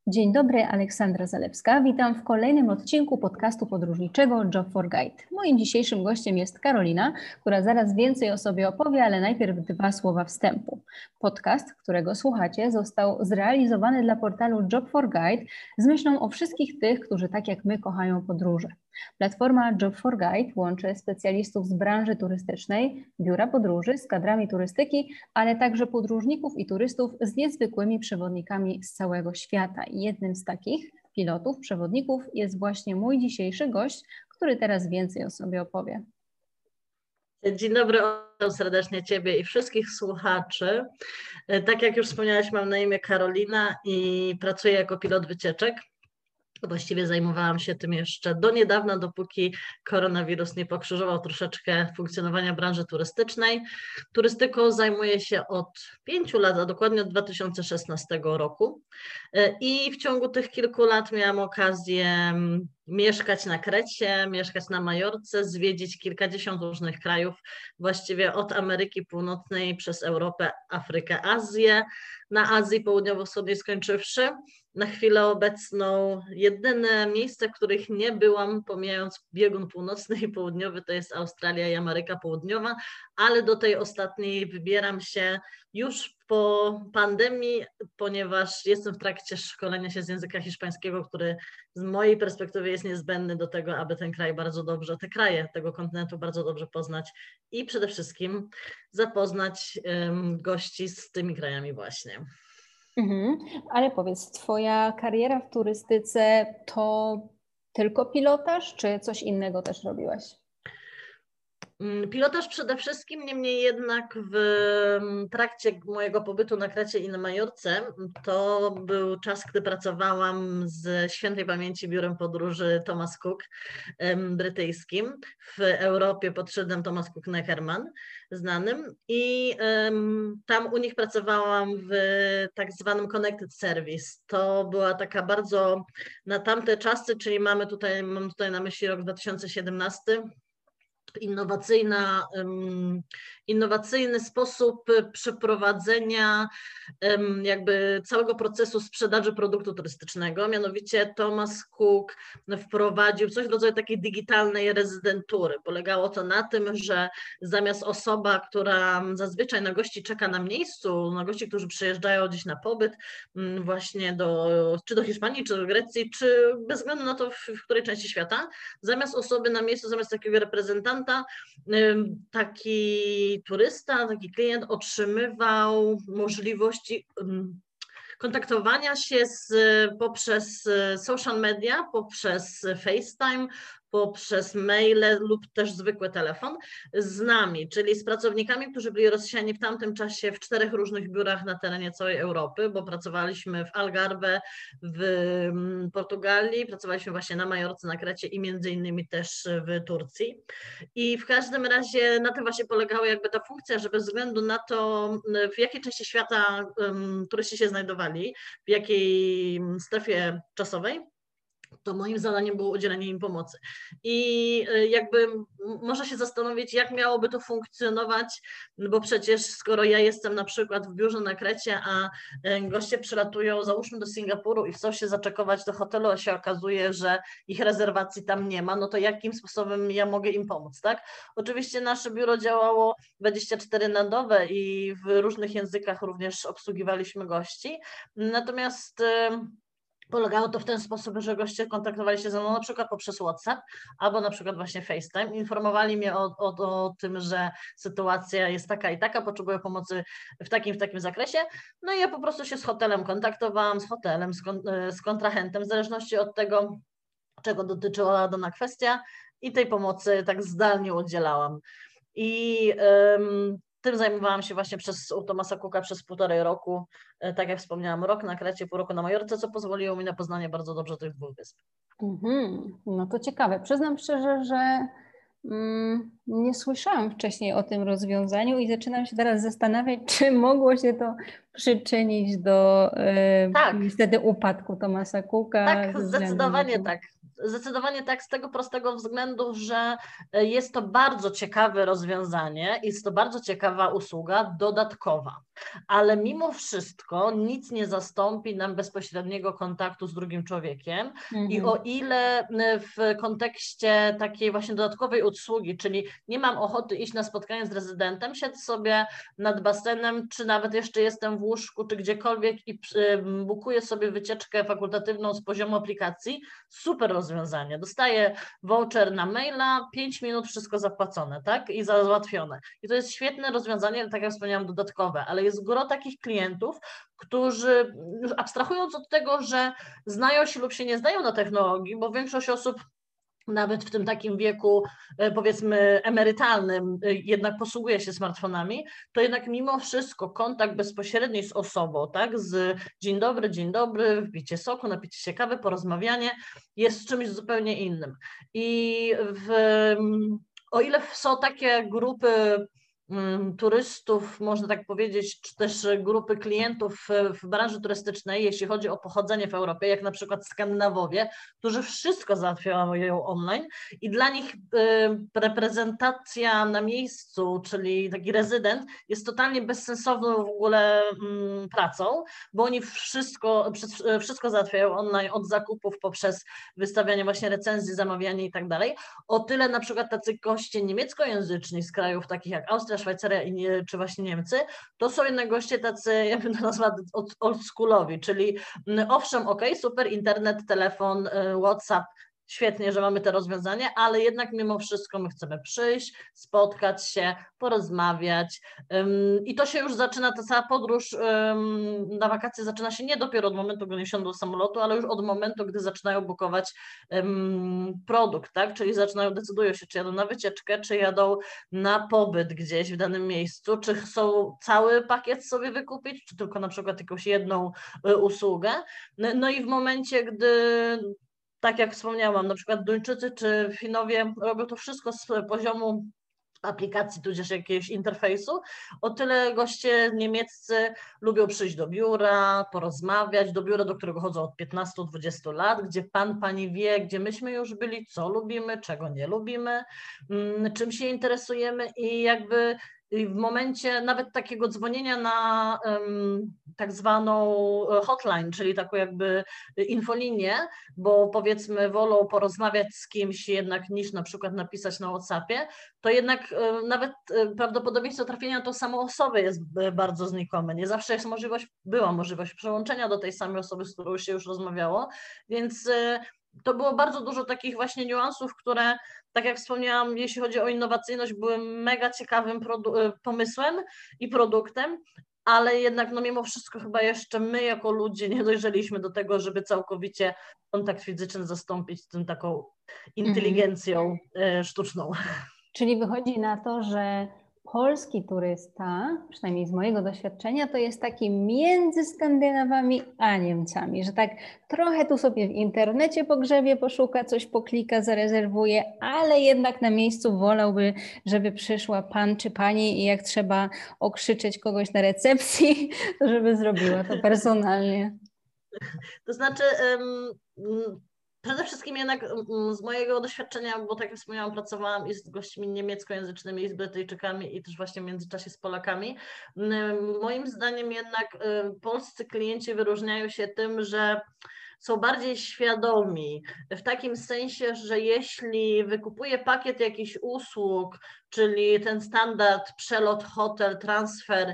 Dzień dobry, Aleksandra Zalewska. Witam w kolejnym odcinku podcastu podróżniczego Job for Guide. Moim dzisiejszym gościem jest Karolina, która zaraz więcej o sobie opowie, ale najpierw 2 słowa wstępu. Podcast, którego słuchacie, został zrealizowany dla portalu Job for Guide z myślą o wszystkich tych, którzy tak jak my kochają podróże. Platforma Job for Guide łączy specjalistów z branży turystycznej, biura podróży z kadrami turystyki, ale także podróżników i turystów z niezwykłymi przewodnikami z całego świata. I jednym z takich pilotów, przewodników jest właśnie mój dzisiejszy gość, który teraz więcej o sobie opowie. Dzień dobry, witam serdecznie Ciebie i wszystkich słuchaczy. Tak jak już wspomniałaś, mam na imię Karolina i pracuję jako pilot wycieczek. Właściwie zajmowałam się tym jeszcze do niedawna, dopóki koronawirus nie pokrzyżował troszeczkę funkcjonowania branży turystycznej. Turystyką zajmuję się od 5 lat, a dokładnie od 2016 roku. I w ciągu tych kilku lat miałam okazję mieszkać na Krecie, mieszkać na Majorce, zwiedzić kilkadziesiąt różnych krajów, właściwie od Ameryki Północnej przez Europę, Afrykę, Azję, na Azji Południowo-Wschodniej skończywszy. Na chwilę obecną jedyne miejsce, w których nie byłam, pomijając biegun północny i południowy, to jest Australia i Ameryka Południowa, ale do tej ostatniej wybieram się już po pandemii, ponieważ jestem w trakcie szkolenia się z języka hiszpańskiego, który z mojej perspektywy jest niezbędny do tego, aby ten kraj bardzo dobrze, te kraje tego kontynentu bardzo dobrze poznać i przede wszystkim zapoznać gości z tymi krajami właśnie. Ale powiedz, Twoja kariera w turystyce to tylko pilotaż, czy coś innego też robiłaś? Pilotaż przede wszystkim, niemniej jednak w trakcie mojego pobytu na Krecie i na Majorce to był czas, gdy pracowałam z świętej pamięci biurem podróży Thomas Cook brytyjskim w Europie pod szyldem Thomas Cook Neckermann znanym i tam u nich pracowałam w tak zwanym Connected Service. To była taka bardzo na tamte czasy, czyli mam tutaj na myśli rok 2017, innowacyjny sposób przeprowadzenia jakby całego procesu sprzedaży produktu turystycznego. Mianowicie Thomas Cook wprowadził coś w rodzaju takiej digitalnej rezydentury. Polegało to na tym, że zamiast osoba, która zazwyczaj na gości czeka na miejscu, na gości, którzy przyjeżdżają gdzieś na pobyt właśnie czy do Hiszpanii, czy do Grecji, czy bez względu na to, w której części świata, zamiast osoby na miejscu, zamiast takiego reprezentanta, taki turysta, taki klient otrzymywał możliwości kontaktowania się poprzez social media, poprzez FaceTime, poprzez maile lub też zwykły telefon z nami, czyli z pracownikami, którzy byli rozsiani w tamtym czasie w 4 różnych biurach na terenie całej Europy, bo pracowaliśmy w Algarve, w Portugalii, pracowaliśmy właśnie na Majorce, na Krecie i między innymi też w Turcji. I w każdym razie na tym właśnie polegała jakby ta funkcja, że bez względu na to, w jakiej części świata turyści się znajdowali, w jakiej strefie czasowej, to moim zadaniem było udzielenie im pomocy. I jakby można się zastanowić, jak miałoby to funkcjonować, bo przecież skoro ja jestem na przykład w biurze na Krecie, a goście przylatują załóżmy do Singapuru i chcą się zaczekować do hotelu, a się okazuje, że ich rezerwacji tam nie ma, no to jakim sposobem ja mogę im pomóc, tak? Oczywiście nasze biuro działało 24 na dobę i w różnych językach również obsługiwaliśmy gości, natomiast polegało to w ten sposób, że goście kontaktowali się ze mną na przykład poprzez WhatsApp albo na przykład właśnie FaceTime. Informowali mnie o tym, że sytuacja jest taka i taka, potrzebuję pomocy w takim zakresie. No i ja po prostu się z hotelem kontaktowałam, z hotelem, z kontrahentem, w zależności od tego, czego dotyczyła dana kwestia i tej pomocy tak zdalnie udzielałam. I tym zajmowałam się właśnie u Thomasa Cooka przez 1,5 roku, tak jak wspomniałam, rok na Krecie, pół roku na Majorce, co pozwoliło mi na poznanie bardzo dobrze tych 2 wysp. No to ciekawe. Przyznam szczerze, że nie słyszałam wcześniej o tym rozwiązaniu i zaczynam się teraz zastanawiać, czy mogło się to przyczynić do niestety upadku Thomasa Cooka. Tak, zdecydowanie tak. Zdecydowanie tak, z tego prostego względu, że jest to bardzo ciekawe rozwiązanie, jest to bardzo ciekawa usługa dodatkowa, ale mimo wszystko nic nie zastąpi nam bezpośredniego kontaktu z drugim człowiekiem i o ile w kontekście takiej właśnie dodatkowej usługi, czyli nie mam ochoty iść na spotkanie z rezydentem, siedzę sobie nad basenem, czy nawet jeszcze jestem w łóżku, czy gdziekolwiek i bukuję sobie wycieczkę fakultatywną z poziomu aplikacji, super rozwiązanie. Dostaję voucher na maila, 5 minut, wszystko zapłacone, tak? I załatwione. I to jest świetne rozwiązanie, tak jak wspomniałam, dodatkowe, ale jest gro takich klientów, którzy, już abstrahując od tego, że znają się lub się nie znają na technologii, bo większość osób nawet w tym takim wieku, powiedzmy, emerytalnym, jednak posługuje się smartfonami, to jednak mimo wszystko kontakt bezpośredni z osobą, tak, z dzień dobry, wpicie soku, napicie się kawy, porozmawianie jest czymś zupełnie innym. I o ile są takie grupy turystów, można tak powiedzieć, czy też grupy klientów w branży turystycznej, jeśli chodzi o pochodzenie w Europie, jak na przykład Skandynawowie, którzy wszystko załatwiają online i dla nich reprezentacja na miejscu, czyli taki rezydent, jest totalnie bezsensowną w ogóle pracą, bo oni wszystko załatwiają online, od zakupów poprzez wystawianie właśnie recenzji, zamawianie i tak dalej. O tyle na przykład tacy goście niemieckojęzyczni z krajów takich jak Austria, Szwajcaria czy właśnie Niemcy, to są jednak goście tacy, ja bym to nazwała oldschoolowi, czyli owszem, super, internet, telefon, WhatsApp, świetnie, że mamy te rozwiązania, ale jednak mimo wszystko my chcemy przyjść, spotkać się, porozmawiać i to się już zaczyna, ta cała podróż na wakacje zaczyna się nie dopiero od momentu, gdy wsiądą do samolotu, ale już od momentu, gdy zaczynają bukować produkt, tak? Czyli decydują się, czy jadą na wycieczkę, czy jadą na pobyt gdzieś w danym miejscu, czy chcą cały pakiet sobie wykupić, czy tylko na przykład jakąś jedną usługę. No i w momencie, gdy tak jak wspomniałam, na przykład Duńczycy czy Finowie robią to wszystko z poziomu aplikacji, tudzież jakiegoś interfejsu, o tyle goście niemieccy lubią przyjść do biura, porozmawiać, do biura, do którego chodzą od 15-20 lat, gdzie pan, pani wie, gdzie myśmy już byli, co lubimy, czego nie lubimy, czym się interesujemy i jakby w momencie nawet takiego dzwonienia na tak zwaną hotline, czyli taką jakby infolinię, bo powiedzmy wolą porozmawiać z kimś jednak niż na przykład napisać na WhatsAppie, to jednak nawet prawdopodobieństwo trafienia na tą samą osobę jest bardzo znikome. Nie zawsze jest była możliwość przełączenia do tej samej osoby, z którą się już rozmawiało, więc to było bardzo dużo takich właśnie niuansów, które, tak jak wspomniałam, jeśli chodzi o innowacyjność, były mega ciekawym pomysłem i produktem, ale jednak no mimo wszystko chyba jeszcze my jako ludzie nie dojrzeliśmy do tego, żeby całkowicie kontakt fizyczny zastąpić tym taką inteligencją sztuczną. Czyli wychodzi na to, że polski turysta, przynajmniej z mojego doświadczenia, to jest taki między Skandynawami a Niemcami, że tak trochę tu sobie w internecie pogrzebie, poszuka, coś poklika, zarezerwuje, ale jednak na miejscu wolałby, żeby przyszła pan czy pani i jak trzeba okrzyczeć kogoś na recepcji, to żeby zrobiła to personalnie. To znaczy... Przede wszystkim jednak z mojego doświadczenia, bo tak jak wspomniałam, pracowałam i z gośćmi niemieckojęzycznymi, i z Brytyjczykami, i też właśnie w międzyczasie z Polakami. Moim zdaniem jednak polscy klienci wyróżniają się tym, że są bardziej świadomi, w takim sensie, że jeśli wykupuje pakiet jakichś usług, czyli ten standard przelot, hotel, transfer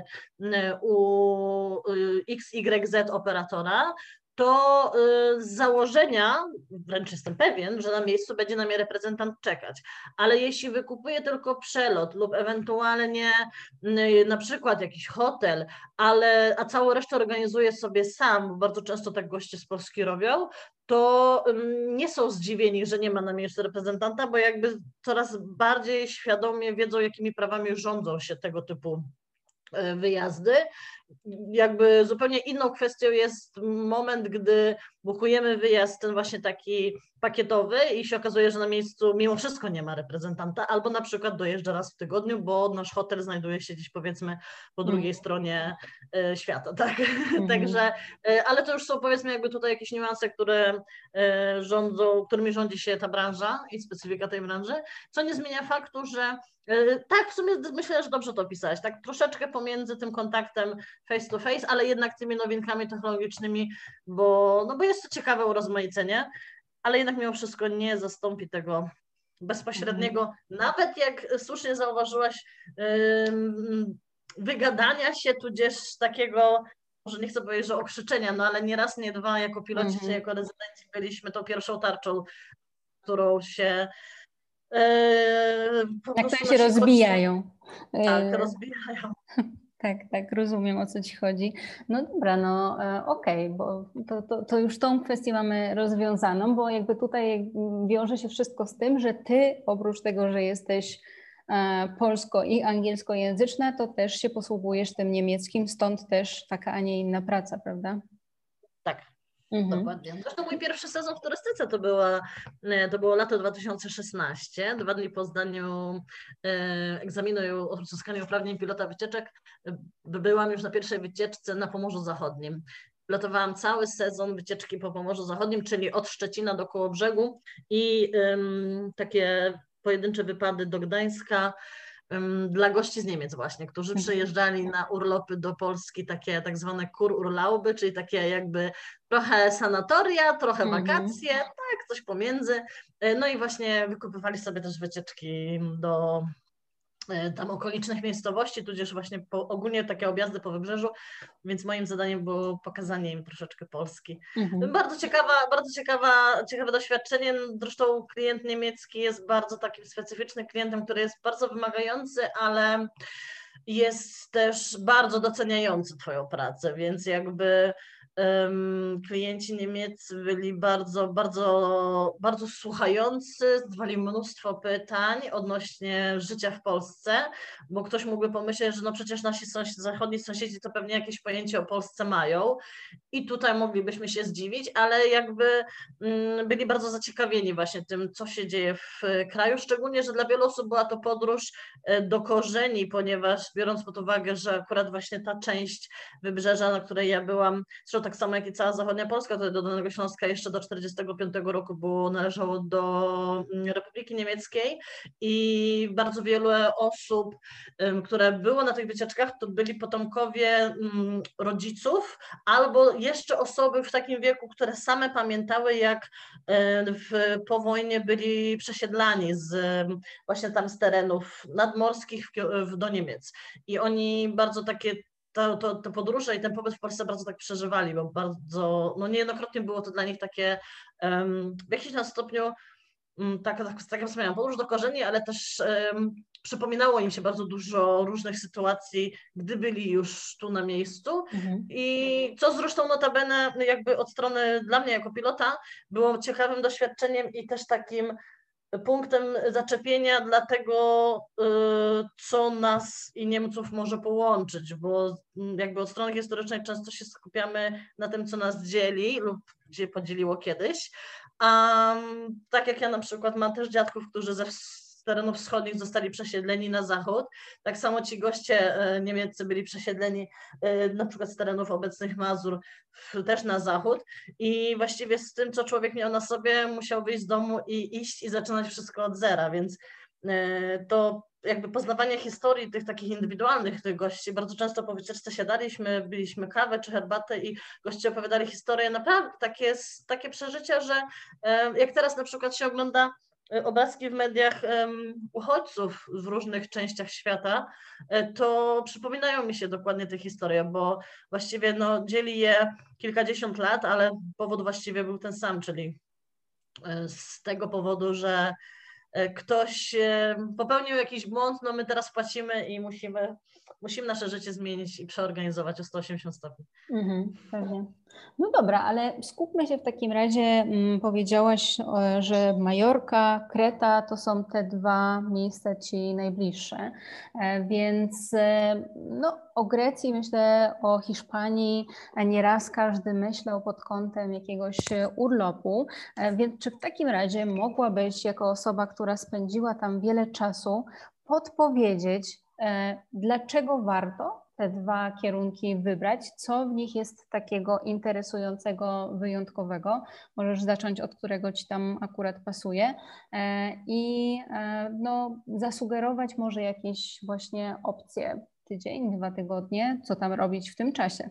u XYZ operatora, to z założenia, wręcz jestem pewien, że na miejscu będzie na mnie reprezentant czekać. Ale jeśli wykupuję tylko przelot lub ewentualnie na przykład jakiś hotel, a całą resztę organizuję sobie sam, bo bardzo często tak goście z Polski robią, to nie są zdziwieni, że nie ma na miejscu reprezentanta, bo jakby coraz bardziej świadomie wiedzą, jakimi prawami rządzą się tego typu wyjazdy. Jakby zupełnie inną kwestią jest moment, gdy bukujemy wyjazd ten właśnie taki pakietowy i się okazuje, że na miejscu mimo wszystko nie ma reprezentanta, albo na przykład dojeżdża raz w tygodniu, bo nasz hotel znajduje się gdzieś powiedzmy po drugiej stronie świata, tak? Także, ale to już są powiedzmy jakby tutaj jakieś niuanse, które którymi rządzi się ta branża i specyfika tej branży, co nie zmienia faktu, że tak, w sumie myślę, że dobrze to opisałeś, tak troszeczkę pomiędzy tym kontaktem face to face, ale jednak tymi nowinkami technologicznymi, bo jest to ciekawe urozmaicenie, ale jednak mimo wszystko nie zastąpi tego bezpośredniego, nawet jak słusznie zauważyłaś, wygadania się, tudzież takiego, może nie chcę powiedzieć, że okrzyczenia, no ale nie raz, nie dwa, jako piloci czy jako rezydenci byliśmy tą pierwszą tarczą, którą się po tak, prostu się rozbijają. Tak, rozbijają. Tak, rozumiem, o co ci chodzi. No dobra, no okej, bo to już tą kwestię mamy rozwiązaną, bo jakby tutaj wiąże się wszystko z tym, że ty oprócz tego, że jesteś polsko- i angielskojęzyczna, to też się posługujesz tym niemieckim, stąd też taka, a nie inna praca, prawda? Tak. Dokładnie. Zresztą mój pierwszy sezon w turystyce to było lato 2016. 2 dni po zdaniu egzaminu i uzyskaniu uprawnień pilota wycieczek byłam już na pierwszej wycieczce na Pomorzu Zachodnim. Pilotowałam cały sezon wycieczki po Pomorzu Zachodnim, czyli od Szczecina do Kołobrzegu i takie pojedyncze wypady do Gdańska dla gości z Niemiec właśnie, którzy przyjeżdżali na urlopy do Polski, takie tak zwane Kururlauby, czyli takie jakby trochę sanatoria, trochę wakacje, tak, coś pomiędzy. No i właśnie wykupywali sobie też wycieczki do tam okolicznych miejscowości, tudzież właśnie ogólnie takie objazdy po wybrzeżu, więc moim zadaniem było pokazanie im troszeczkę Polski. Bardzo ciekawe doświadczenie. Zresztą klient niemiecki jest bardzo takim specyficznym klientem, który jest bardzo wymagający, ale jest też bardzo doceniający Twoją pracę, więc jakby klienci niemieccy byli bardzo słuchający, zadawali mnóstwo pytań odnośnie życia w Polsce, bo ktoś mógłby pomyśleć, że no przecież nasi zachodni sąsiedzi to pewnie jakieś pojęcie o Polsce mają i tutaj moglibyśmy się zdziwić, ale jakby byli bardzo zaciekawieni właśnie tym, co się dzieje w kraju, szczególnie, że dla wielu osób była to podróż do korzeni, ponieważ biorąc pod uwagę, że akurat właśnie ta część wybrzeża, na której ja byłam, zresztą tak samo jak i cała zachodnia Polska, to do Dolnego Śląska jeszcze do 1945 roku należało do Republiki Niemieckiej i bardzo wiele osób, które było na tych wycieczkach, to byli potomkowie rodziców albo jeszcze osoby w takim wieku, które same pamiętały, jak po wojnie byli przesiedlani właśnie tam z terenów nadmorskich do Niemiec. I oni bardzo takie te podróże i ten pobyt w Polsce bardzo tak przeżywali, bo bardzo, no niejednokrotnie było to dla nich takie w jakimś tam stopniu, tak jak wspomniałam, podróż do korzeni, ale też przypominało im się bardzo dużo różnych sytuacji, gdy byli już tu na miejscu i co zresztą notabene jakby od strony dla mnie jako pilota było ciekawym doświadczeniem i też takim punktem zaczepienia dla tego, co nas i Niemców może połączyć, bo jakby od strony historycznej często się skupiamy na tym, co nas dzieli lub gdzie podzieliło kiedyś, a tak jak ja na przykład mam też dziadków, którzy z terenów wschodnich zostali przesiedleni na zachód, tak samo ci goście niemieccy byli przesiedleni na przykład z terenów obecnych Mazur też na zachód i właściwie z tym, co człowiek miał na sobie, musiał wyjść z domu i iść i zaczynać wszystko od zera, więc to jakby poznawanie historii tych takich indywidualnych tych gości, bardzo często po wycieczce siadaliśmy, piliśmy kawę czy herbatę i goście opowiadali historię, naprawdę takie przeżycia, że jak teraz na przykład się ogląda obrazki w mediach uchodźców w różnych częściach świata, to przypominają mi się dokładnie te historie, bo właściwie no, dzieli je kilkadziesiąt lat, ale powód właściwie był ten sam, czyli z tego powodu, że ktoś popełnił jakiś błąd, no my teraz płacimy i musimy nasze życie zmienić i przeorganizować o 180 stopni. Pewnie. No dobra, ale skupmy się w takim razie, powiedziałaś, że Majorka, Kreta to są te dwa miejsca ci najbliższe, więc no, o Grecji myślę, o Hiszpanii nieraz każdy myślał pod kątem jakiegoś urlopu, więc czy w takim razie mogłabyś jako osoba, która spędziła tam wiele czasu, podpowiedzieć, dlaczego warto te dwa kierunki wybrać? Co w nich jest takiego interesującego, wyjątkowego? Możesz zacząć od którego ci tam akurat pasuje i no, zasugerować może jakieś właśnie opcje, tydzień, 2 tygodnie, co tam robić w tym czasie.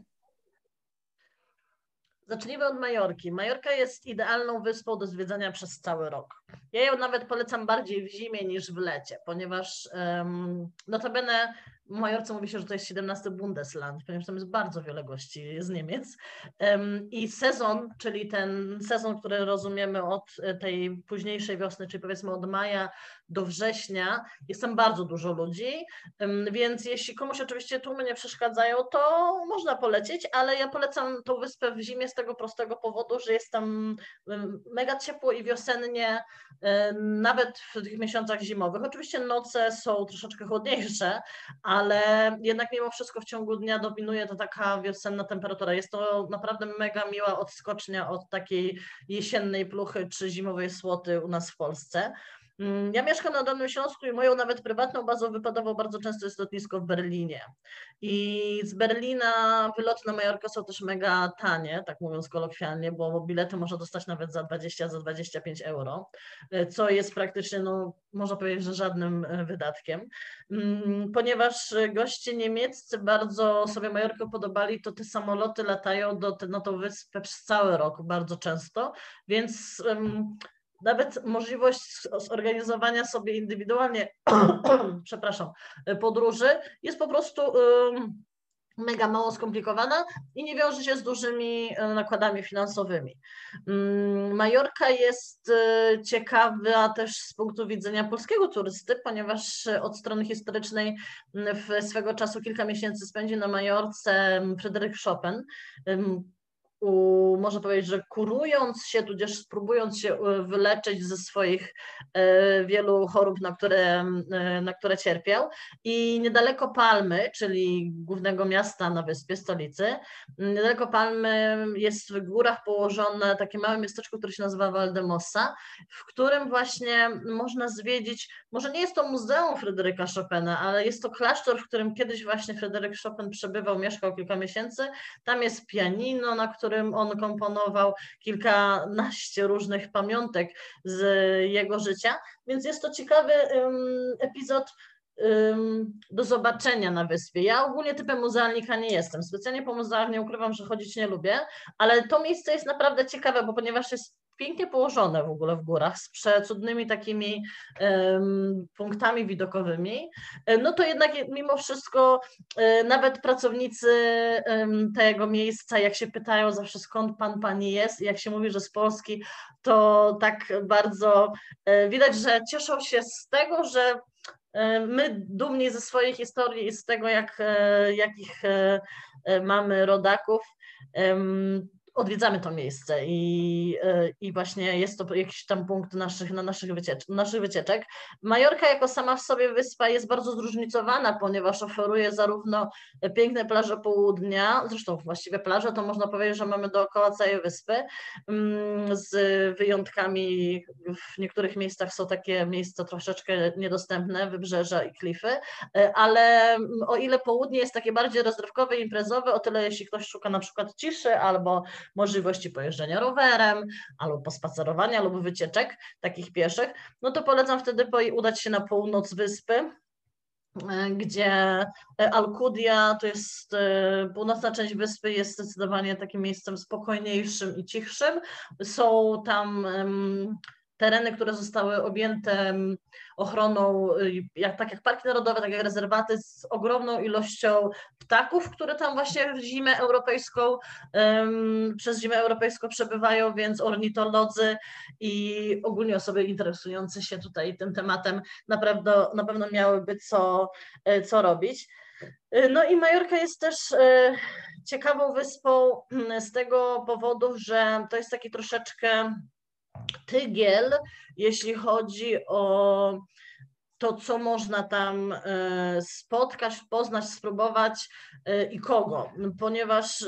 Zacznijmy od Majorki. Majorka jest idealną wyspą do zwiedzania przez cały rok. Ja ją nawet polecam bardziej w zimie niż w lecie, ponieważ notabene w Majorce mówi się, że to jest 17 Bundesland, ponieważ tam jest bardzo wiele gości z Niemiec. I sezon, czyli ten sezon, który rozumiemy od tej późniejszej wiosny, czyli powiedzmy od maja do września, jest tam bardzo dużo ludzi, więc jeśli komuś oczywiście tłumy nie przeszkadzają, to można polecieć, ale ja polecam tą wyspę w zimie z tego prostego powodu, że jest tam mega ciepło i wiosennie, nawet w tych miesiącach zimowych. Oczywiście noce są troszeczkę chłodniejsze, ale jednak mimo wszystko w ciągu dnia dominuje to taka wiosenna temperatura. Jest to naprawdę mega miła odskocznia od takiej jesiennej pluchy czy zimowej słoty u nas w Polsce. Ja mieszkam na Dolnym Śląsku i moją nawet prywatną bazą wypadową bardzo często jest lotnisko w Berlinie. I z Berlina wyloty na Majorkę są też mega tanie, tak mówiąc kolokwialnie, bo bilety można dostać nawet za 20, za 25 euro, co jest praktycznie, no, można powiedzieć, że żadnym wydatkiem. Ponieważ goście niemieccy bardzo sobie Majorkę podobali, to te samoloty latają na tą wyspę przez cały rok bardzo często, więc nawet możliwość zorganizowania sobie indywidualnie, przepraszam, podróży jest po prostu mega mało skomplikowana i nie wiąże się z dużymi nakładami finansowymi. Majorka jest ciekawa też z punktu widzenia polskiego turysty, ponieważ od strony historycznej swego czasu kilka miesięcy spędził na Majorce Fryderyk Chopin. Można powiedzieć, że kurując się, tudzież próbując się wyleczyć ze swoich wielu chorób, na które cierpiał. I niedaleko Palmy, czyli głównego miasta na wyspie, stolicy, niedaleko Palmy jest w górach położone takie małe miasteczko, które się nazywa Valdemossa, w którym właśnie można zwiedzić, może nie jest to muzeum Fryderyka Chopina, ale jest to klasztor, w którym kiedyś właśnie Fryderyk Chopin przebywał, mieszkał kilka miesięcy. Tam jest pianino, na którym on komponował kilkanaście różnych pamiątek z jego życia, więc jest to ciekawy epizod do zobaczenia na wyspie. Ja ogólnie typem muzealnika nie jestem, specjalnie po muzeach nie ukrywam, że chodzić nie lubię, ale to miejsce jest naprawdę ciekawe, bo ponieważ jest pięknie położone w ogóle w górach, z przecudnymi takimi punktami widokowymi, no to jednak mimo wszystko nawet pracownicy tego miejsca, jak się pytają zawsze skąd pani jest i jak się mówi, że z Polski, to tak bardzo widać, że cieszą się z tego, że my dumni ze swojej historii i z tego, jakich mamy rodaków, odwiedzamy to miejsce i właśnie jest to jakiś tam punkt naszych wycieczek. Majorka jako sama w sobie wyspa jest bardzo zróżnicowana, ponieważ oferuje zarówno piękne plaże południa, zresztą właściwie plaże to można powiedzieć, że mamy dookoła całej wyspy, z wyjątkami w niektórych miejscach są takie miejsca troszeczkę niedostępne, wybrzeża i klify, ale o ile południe jest takie bardziej rozrywkowe, imprezowe, o tyle jeśli ktoś szuka na przykład ciszy albo możliwości pojeżdżenia rowerem, albo pospacerowania lub wycieczek takich pieszych, no to polecam wtedy udać się na północ wyspy, gdzie Alcudia, to jest północna część wyspy, jest zdecydowanie takim miejscem spokojniejszym i cichszym. Są tam tereny, które zostały objęte ochroną, tak jak parki narodowe, tak jak rezerwaty, z ogromną ilością ptaków, które tam właśnie w zimę europejską, przez zimę europejską przebywają, więc ornitolodzy i ogólnie osoby interesujące się tutaj tym tematem na pewno miałyby co robić. No i Majorka jest też ciekawą wyspą z tego powodu, że to jest taki troszeczkę tygiel, jeśli chodzi o to, co można tam spotkać, poznać, spróbować i kogo, ponieważ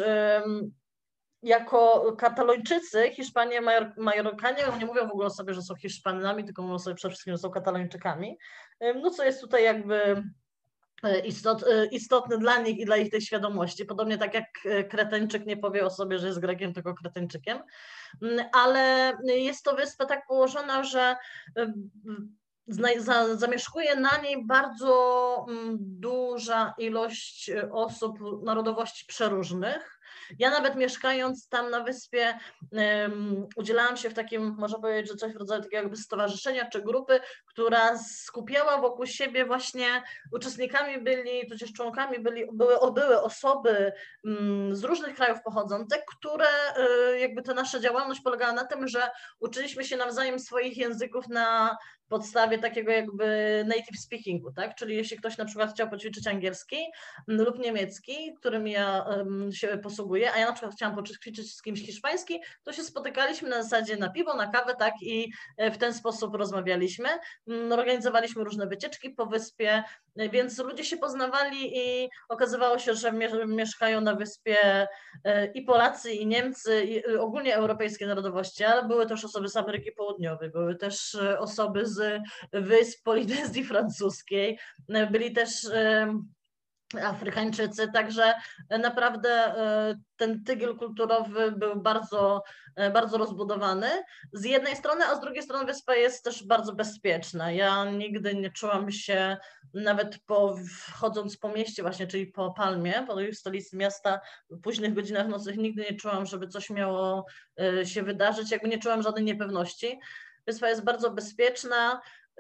jako Katalończycy, Hiszpanie, Majorkanie nie mówią w ogóle o sobie, że są Hiszpanami, tylko mówią sobie przede wszystkim, że są Katalończykami, no co jest tutaj jakby istotny dla nich i dla ich tej świadomości. Podobnie tak jak Kretańczyk nie powie o sobie, że jest Grekiem, tylko Kretańczykiem. Ale jest to wyspa tak położona, że zamieszkuje na niej bardzo duża ilość osób narodowości przeróżnych. Ja nawet mieszkając tam na wyspie udzielałam się w takim, można powiedzieć, że coś w rodzaju takiego jakby stowarzyszenia czy grupy, która skupiała wokół siebie właśnie uczestnikami byli, tudzież członkami były osoby z różnych krajów pochodzące, które jakby ta nasza działalność polegała na tym, że uczyliśmy się nawzajem swoich języków na podstawie takiego jakby native speakingu, tak? Czyli jeśli ktoś na przykład chciał poćwiczyć angielski lub niemiecki, którym ja się posługuję, a ja na przykład chciałam poćwiczyć z kimś hiszpański, to się spotykaliśmy na zasadzie na piwo, na kawę, tak? I w ten sposób rozmawialiśmy. Organizowaliśmy różne wycieczki po wyspie, więc ludzie się poznawali i okazywało się, że mieszkają na wyspie i Polacy, i Niemcy, i ogólnie europejskie narodowości, ale były też osoby z Ameryki Południowej, były też osoby z wysp Polinezji Francuskiej, byli też Afrykańczycy, także naprawdę ten tygiel kulturowy był bardzo, bardzo rozbudowany z jednej strony, a z drugiej strony wyspa jest też bardzo bezpieczna. Ja nigdy nie czułam się, nawet chodząc po mieście właśnie, czyli po Palmie, po stolicy miasta, w późnych godzinach nocnych nigdy nie czułam, żeby coś miało się wydarzyć, jakby nie czułam żadnej niepewności. Wyspa jest bardzo bezpieczna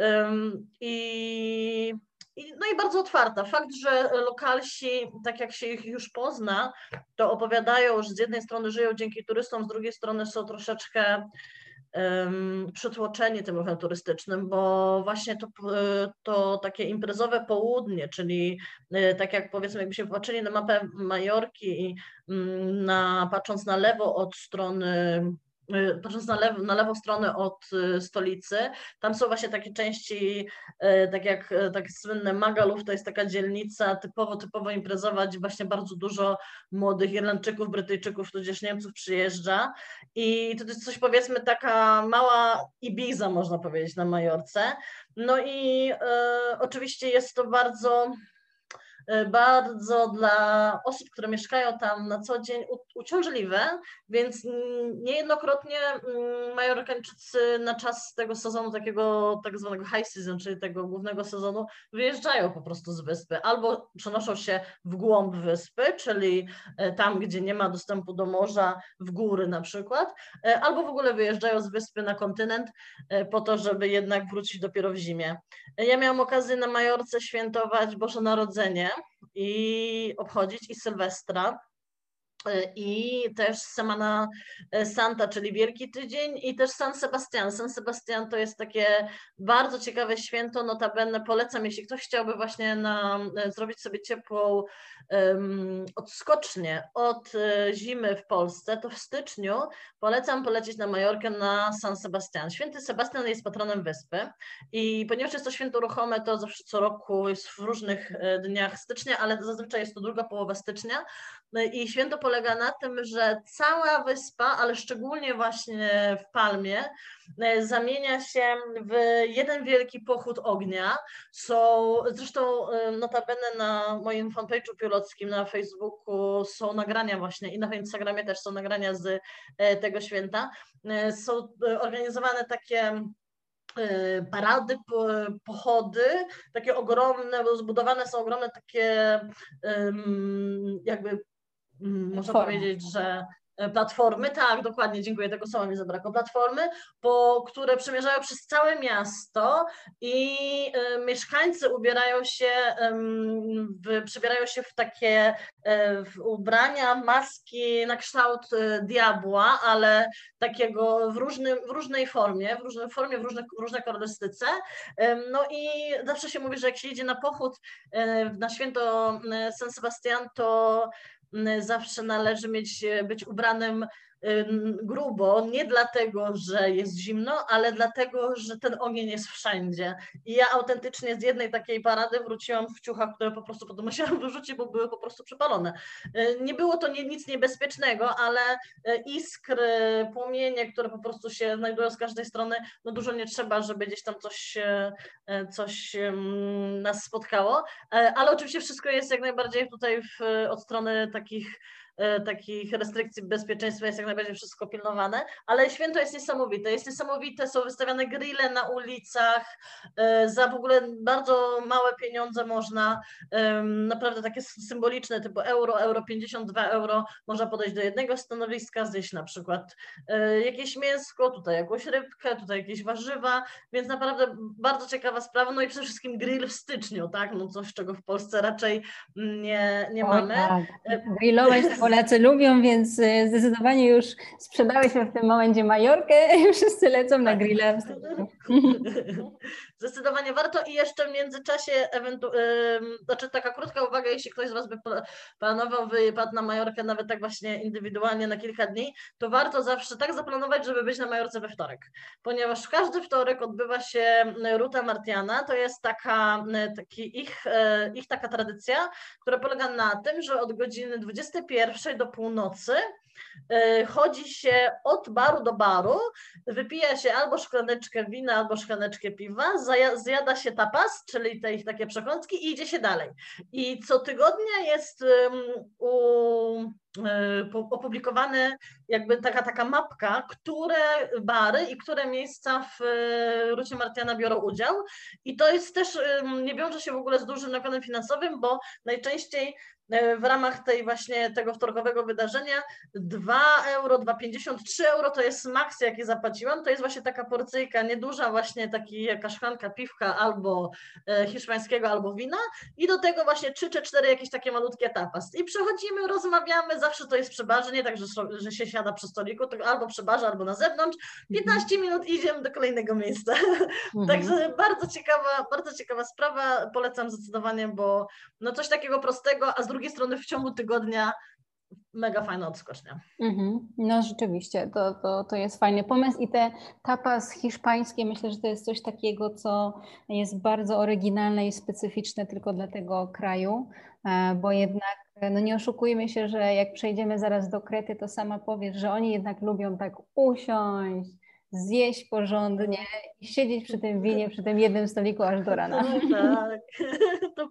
no i bardzo otwarta. Fakt, że lokalsi, tak jak się ich już pozna, to opowiadają, że z jednej strony żyją dzięki turystom, z drugiej strony są troszeczkę przytłoczeni tym ruchem turystycznym, bo właśnie to takie imprezowe południe, czyli tak jak powiedzmy, jakbyśmy popatrzyli na mapę Majorki i patrząc na lewo od strony, patrząc na lewą stronę od stolicy, tam są właśnie takie części, tak jak tak słynne Magaluf, to jest taka dzielnica typowo imprezowa, gdzie właśnie bardzo dużo młodych Irlandczyków, Brytyjczyków, tudzież Niemców przyjeżdża i to jest coś powiedzmy taka mała Ibiza, można powiedzieć, na Majorce. No i oczywiście jest to bardzo dla osób, które mieszkają tam na co dzień uciążliwe, więc niejednokrotnie Majorkańczycy na czas tego sezonu, takiego tak zwanego high season, czyli tego głównego sezonu, wyjeżdżają po prostu z wyspy, albo przenoszą się w głąb wyspy, czyli tam, gdzie nie ma dostępu do morza, w góry na przykład, albo w ogóle wyjeżdżają z wyspy na kontynent po to, żeby jednak wrócić dopiero w zimie. Ja miałam okazję na Majorce świętować Boże Narodzenie i obchodzić i Sylwestra, i też Semana Santa, czyli Wielki Tydzień, i też San Sebastian. San Sebastian to jest takie bardzo ciekawe święto, notabene polecam, jeśli ktoś chciałby właśnie zrobić sobie ciepłą odskocznię od zimy w Polsce, to w styczniu polecam polecieć na Majorkę na San Sebastian. Święty Sebastian jest patronem wyspy i ponieważ jest to święto ruchome, to zawsze co roku jest w różnych dniach stycznia, ale zazwyczaj jest to druga połowa stycznia i święto polega na tym, że cała wyspa, ale szczególnie właśnie w Palmie, zamienia się w jeden wielki pochód ognia. Zresztą notabene na moim fanpage'u pilotowskim na Facebooku są nagrania właśnie i na Instagramie też są nagrania z tego święta. Są organizowane takie parady, pochody, takie ogromne, zbudowane są ogromne takie jakby można powiedzieć, że platformy, tak, dokładnie, dziękuję, tego słowa mi zabrakło, platformy, które przemierzają przez całe miasto i mieszkańcy przebierają się w takie w ubrania, maski na kształt diabła, ale takiego w różnej formie, w różnej kolorystyce. No i zawsze się mówi, że jak się idzie na pochód na święto San Sebastian, to zawsze należy być ubranym grubo, nie dlatego, że jest zimno, ale dlatego, że ten ogień jest wszędzie. I ja autentycznie z jednej takiej parady wróciłam w ciuchach, które po prostu potem musiałam wyrzucić, bo były po prostu przypalone. Nie było to nic niebezpiecznego, ale iskry, płomienie, które po prostu się znajdują z każdej strony, no dużo nie trzeba, żeby gdzieś tam coś nas spotkało, ale oczywiście wszystko jest jak najbardziej tutaj od strony takich restrykcji bezpieczeństwa jest jak najbardziej wszystko pilnowane, ale święto jest niesamowite, są wystawiane grille na ulicach, za w ogóle bardzo małe pieniądze można, naprawdę takie symboliczne, typu euro 52 euro, można podejść do jednego stanowiska, zjeść na przykład jakieś mięsko, tutaj jakąś rybkę, tutaj jakieś warzywa, więc naprawdę bardzo ciekawa sprawa, no i przede wszystkim grill w styczniu, tak, no coś, czego w Polsce raczej nie mamy. Tak. Grillować Polacy lubią, więc zdecydowanie już sprzedałyśmy w tym momencie Majorkę i wszyscy lecą na grilla. Zdecydowanie warto i jeszcze w międzyczasie, znaczy taka krótka uwaga, jeśli ktoś z Was by planował wypad na Majorkę, nawet tak właśnie indywidualnie na kilka dni, to warto zawsze tak zaplanować, żeby być na Majorce we wtorek, ponieważ każdy wtorek odbywa się Ruta Martiana, to jest taka tradycja, która polega na tym, że od godziny 21 do północy chodzi się od baru do baru, wypija się albo szklaneczkę wina, albo szklaneczkę piwa, zjada się tapas, czyli te ich takie przekąski i idzie się dalej. I co tygodnia jest opublikowane jakby taka mapka, które bary i które miejsca w Rucie Martiana biorą udział i to jest też, nie wiąże się w ogóle z dużym nakładem finansowym, bo najczęściej w ramach tego wtorkowego wydarzenia 2 euro, 2,50, 3 euro to jest maks, jaki zapłaciłam, to jest właśnie taka porcyjka nieduża, właśnie jaka szklanka piwka albo hiszpańskiego, albo wina i do tego właśnie 3 czy 4 jakieś takie malutkie tapas. I przechodzimy, rozmawiamy, zawsze to jest przy barze, nie tak, że się siada przy stoliku, to albo przy barze, albo na zewnątrz, 15 minut idziemy do kolejnego miejsca. Także bardzo ciekawa sprawa, polecam zdecydowanie, bo no coś takiego prostego, a z drugiej strony w ciągu tygodnia mega fajna odskocznia. No rzeczywiście, to jest fajny pomysł i te tapas hiszpańskie, myślę, że to jest coś takiego, co jest bardzo oryginalne i specyficzne tylko dla tego kraju, bo jednak no nie oszukujmy się, że jak przejdziemy zaraz do Krety, to sama powiesz, że oni jednak lubią tak usiąść, zjeść porządnie i siedzieć przy tym winie, przy tym jednym stoliku aż do rana. No, tak, to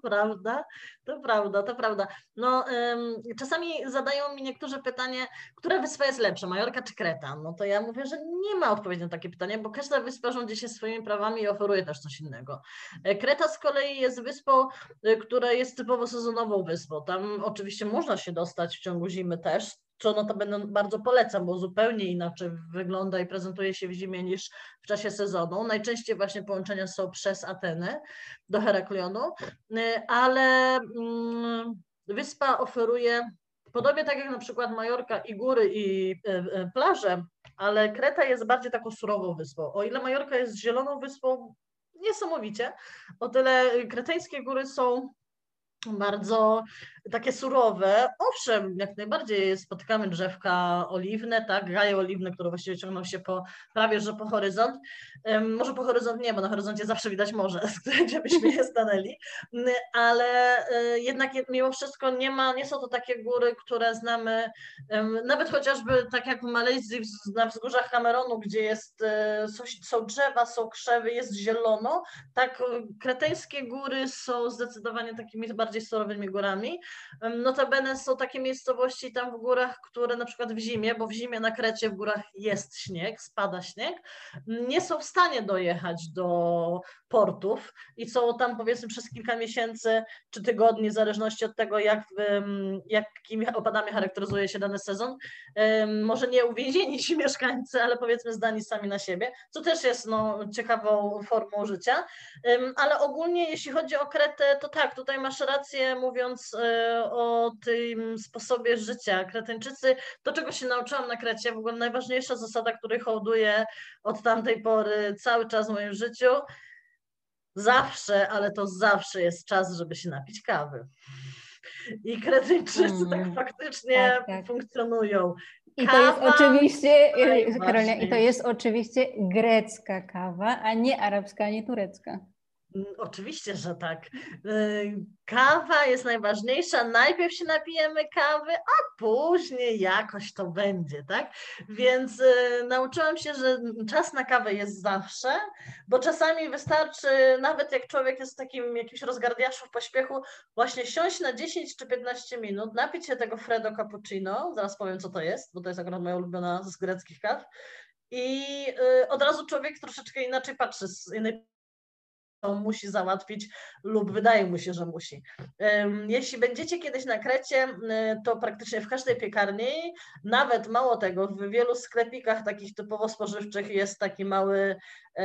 prawda. No, czasami zadają mi niektórzy pytanie, która wyspa jest lepsza, Majorka czy Kreta? No to ja mówię, że nie ma odpowiedzi na takie pytanie, bo każda wyspa rządzi się swoimi prawami i oferuje też coś innego. Kreta z kolei jest wyspą, która jest typowo sezonową wyspą. Tam oczywiście można się dostać w ciągu zimy też, co notabene bardzo polecam, bo zupełnie inaczej wygląda i prezentuje się w zimie niż w czasie sezonu. Najczęściej właśnie połączenia są przez Ateny do Heraklionu, ale wyspa oferuje, podobnie tak jak na przykład Majorka i góry i plaże, ale Kreta jest bardziej taką surową wyspą. O ile Majorka jest zieloną wyspą niesamowicie, o tyle kreteńskie góry są bardzo takie surowe. Owszem, jak najbardziej spotykamy drzewka oliwne, tak, gaje oliwne, które właściwie ciągną się prawie że po horyzont. Może po horyzont nie, bo na horyzoncie zawsze widać morze, gdzie byśmy nie stanęli, ale jednak mimo wszystko nie są to takie góry, które znamy, nawet chociażby tak jak w Malezji na wzgórzach Cameronu, gdzie są drzewa, są krzewy, jest zielono, tak kreteńskie góry są zdecydowanie takimi bardziej surowymi górami. Notabene są takie miejscowości tam w górach, które na przykład w zimie, bo w zimie na Krecie w górach jest śnieg, spada śnieg, nie są w stanie dojechać do portów i są tam powiedzmy przez kilka miesięcy czy tygodni, w zależności od tego, jakimi opadami charakteryzuje się dany sezon. Może nie uwięzieni ci mieszkańcy, ale powiedzmy zdani sami na siebie, co też jest ciekawą formą życia. Ale ogólnie jeśli chodzi o Kretę, to tak, tutaj masz rację mówiąc o tym sposobie życia. Kretańczycy, to czego się nauczyłam na Krecie, w ogóle najważniejsza zasada, której hołduję od tamtej pory cały czas w moim życiu, zawsze, ale to zawsze jest czas, żeby się napić kawy. I Kretyńczycy tak faktycznie funkcjonują. I to jest oczywiście, Karolina, i to jest oczywiście grecka kawa, a nie arabska, a nie turecka. Oczywiście, że tak. Kawa jest najważniejsza. Najpierw się napijemy kawy, a później jakoś to będzie, tak? Więc nauczyłam się, że czas na kawę jest zawsze, bo czasami wystarczy, nawet jak człowiek jest w takim jakimś rozgardiaszu w pośpiechu, właśnie siąść na 10 czy 15 minut, napić się tego Freddo Cappuccino, zaraz powiem, co to jest, bo to jest akurat moja ulubiona z greckich kaw, i od razu człowiek troszeczkę inaczej patrzy, z innej musi załatwić lub wydaje mu się, że musi. Jeśli będziecie kiedyś na Krecie, to praktycznie w każdej piekarni, nawet mało tego, w wielu sklepikach takich typowo spożywczych jest taki mały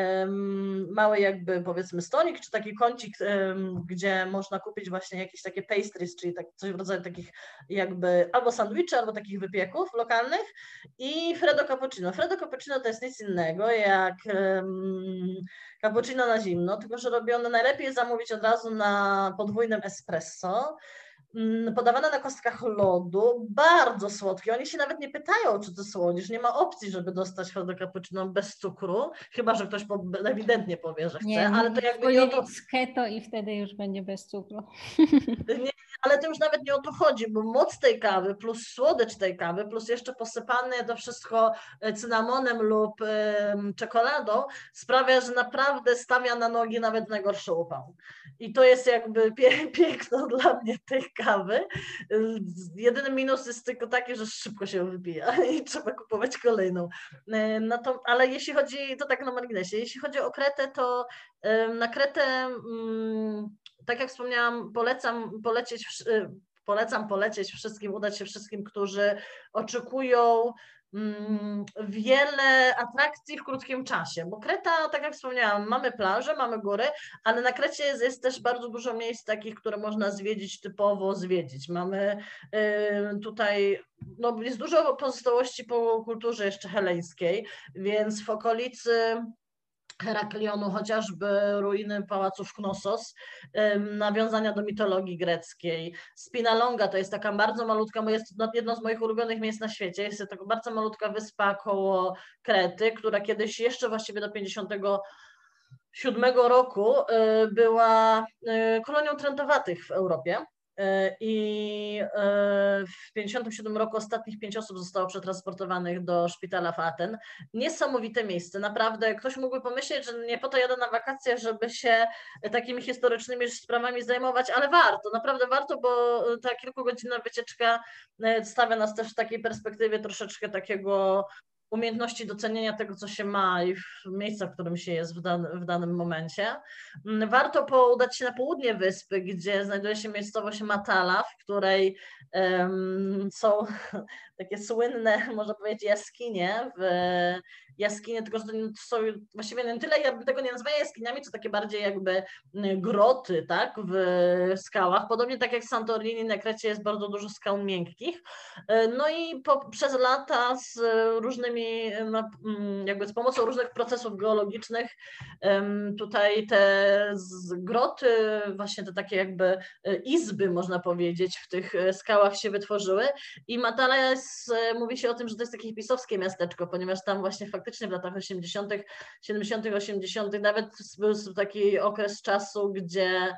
jakby powiedzmy stolik, czy taki kącik, gdzie można kupić właśnie jakieś takie pastries, czyli coś w rodzaju takich jakby albo sandwiczy, albo takich wypieków lokalnych i Freddo Cappuccino. Freddo Cappuccino to jest nic innego jak cappuccino na zimno, tylko że robione najlepiej zamówić od razu na podwójnym espresso, podawane na kostkach lodu, bardzo słodkie. Oni się nawet nie pytają, czy to słodzisz. Nie ma opcji, żeby dostać Freddo Cappuccino bez cukru, chyba że ktoś ewidentnie powie, że chce, nie, ale to jakby nie o to... z keto i wtedy już będzie bez cukru. Nie, ale to już nawet nie o to chodzi, bo moc tej kawy plus słodycz tej kawy plus jeszcze posypane to wszystko cynamonem lub czekoladą sprawia, że naprawdę stawia na nogi nawet najgorszy upał. I to jest jakby piękno dla mnie tej kawy. Jedyny minus jest tylko taki, że szybko się wypija i trzeba kupować kolejną. Ale jeśli chodzi, to tak na marginesie, jeśli chodzi o Kretę, to na Kretę tak jak wspomniałam, polecam polecieć wszystkim, udać się wszystkim, którzy oczekują wiele atrakcji w krótkim czasie, bo Kreta, tak jak wspomniałam, mamy plaże, mamy góry, ale na Krecie jest też bardzo dużo miejsc takich, które można typowo zwiedzić. Mamy tutaj, jest dużo pozostałości po kulturze jeszcze heleńskiej, więc w okolicy Heraklionu, chociażby ruiny pałaców Knossos, nawiązania do mitologii greckiej. Spinalonga to jest taka bardzo malutka, bo jest jedno z moich ulubionych miejsc na świecie. Jest to taka bardzo malutka wyspa koło Krety, która kiedyś jeszcze właściwie do 57 roku była kolonią trętowatych w Europie. I w 1957 roku ostatnich 5 osób zostało przetransportowanych do szpitala w Aten. Niesamowite miejsce, naprawdę. Ktoś mógłby pomyśleć, że nie po to jadę na wakacje, żeby się takimi historycznymi sprawami zajmować, ale warto, naprawdę warto, bo ta kilkugodzinna wycieczka stawia nas też w takiej perspektywie troszeczkę takiego umiejętności docenienia tego, co się ma i w miejsca, w którym się jest w danym momencie. Warto udać się na południe wyspy, gdzie znajduje się miejscowość Matala, w której są takie słynne, można powiedzieć, jaskinie, tylko że to są właściwie nie tyle, ja bym tego nie nazwała jaskiniami, co takie bardziej jakby groty, tak, w skałach. Podobnie tak jak w Santorini na Krecie jest bardzo dużo skał miękkich. No i przez lata z różnymi, jakby z pomocą różnych procesów geologicznych tutaj te groty, właśnie te takie jakby izby, można powiedzieć, w tych skałach się wytworzyły i Matala mówi się o tym, że to jest takie hipisowskie miasteczko, ponieważ tam właśnie faktycznie w latach 80., 70., 80. nawet był taki okres czasu, gdzie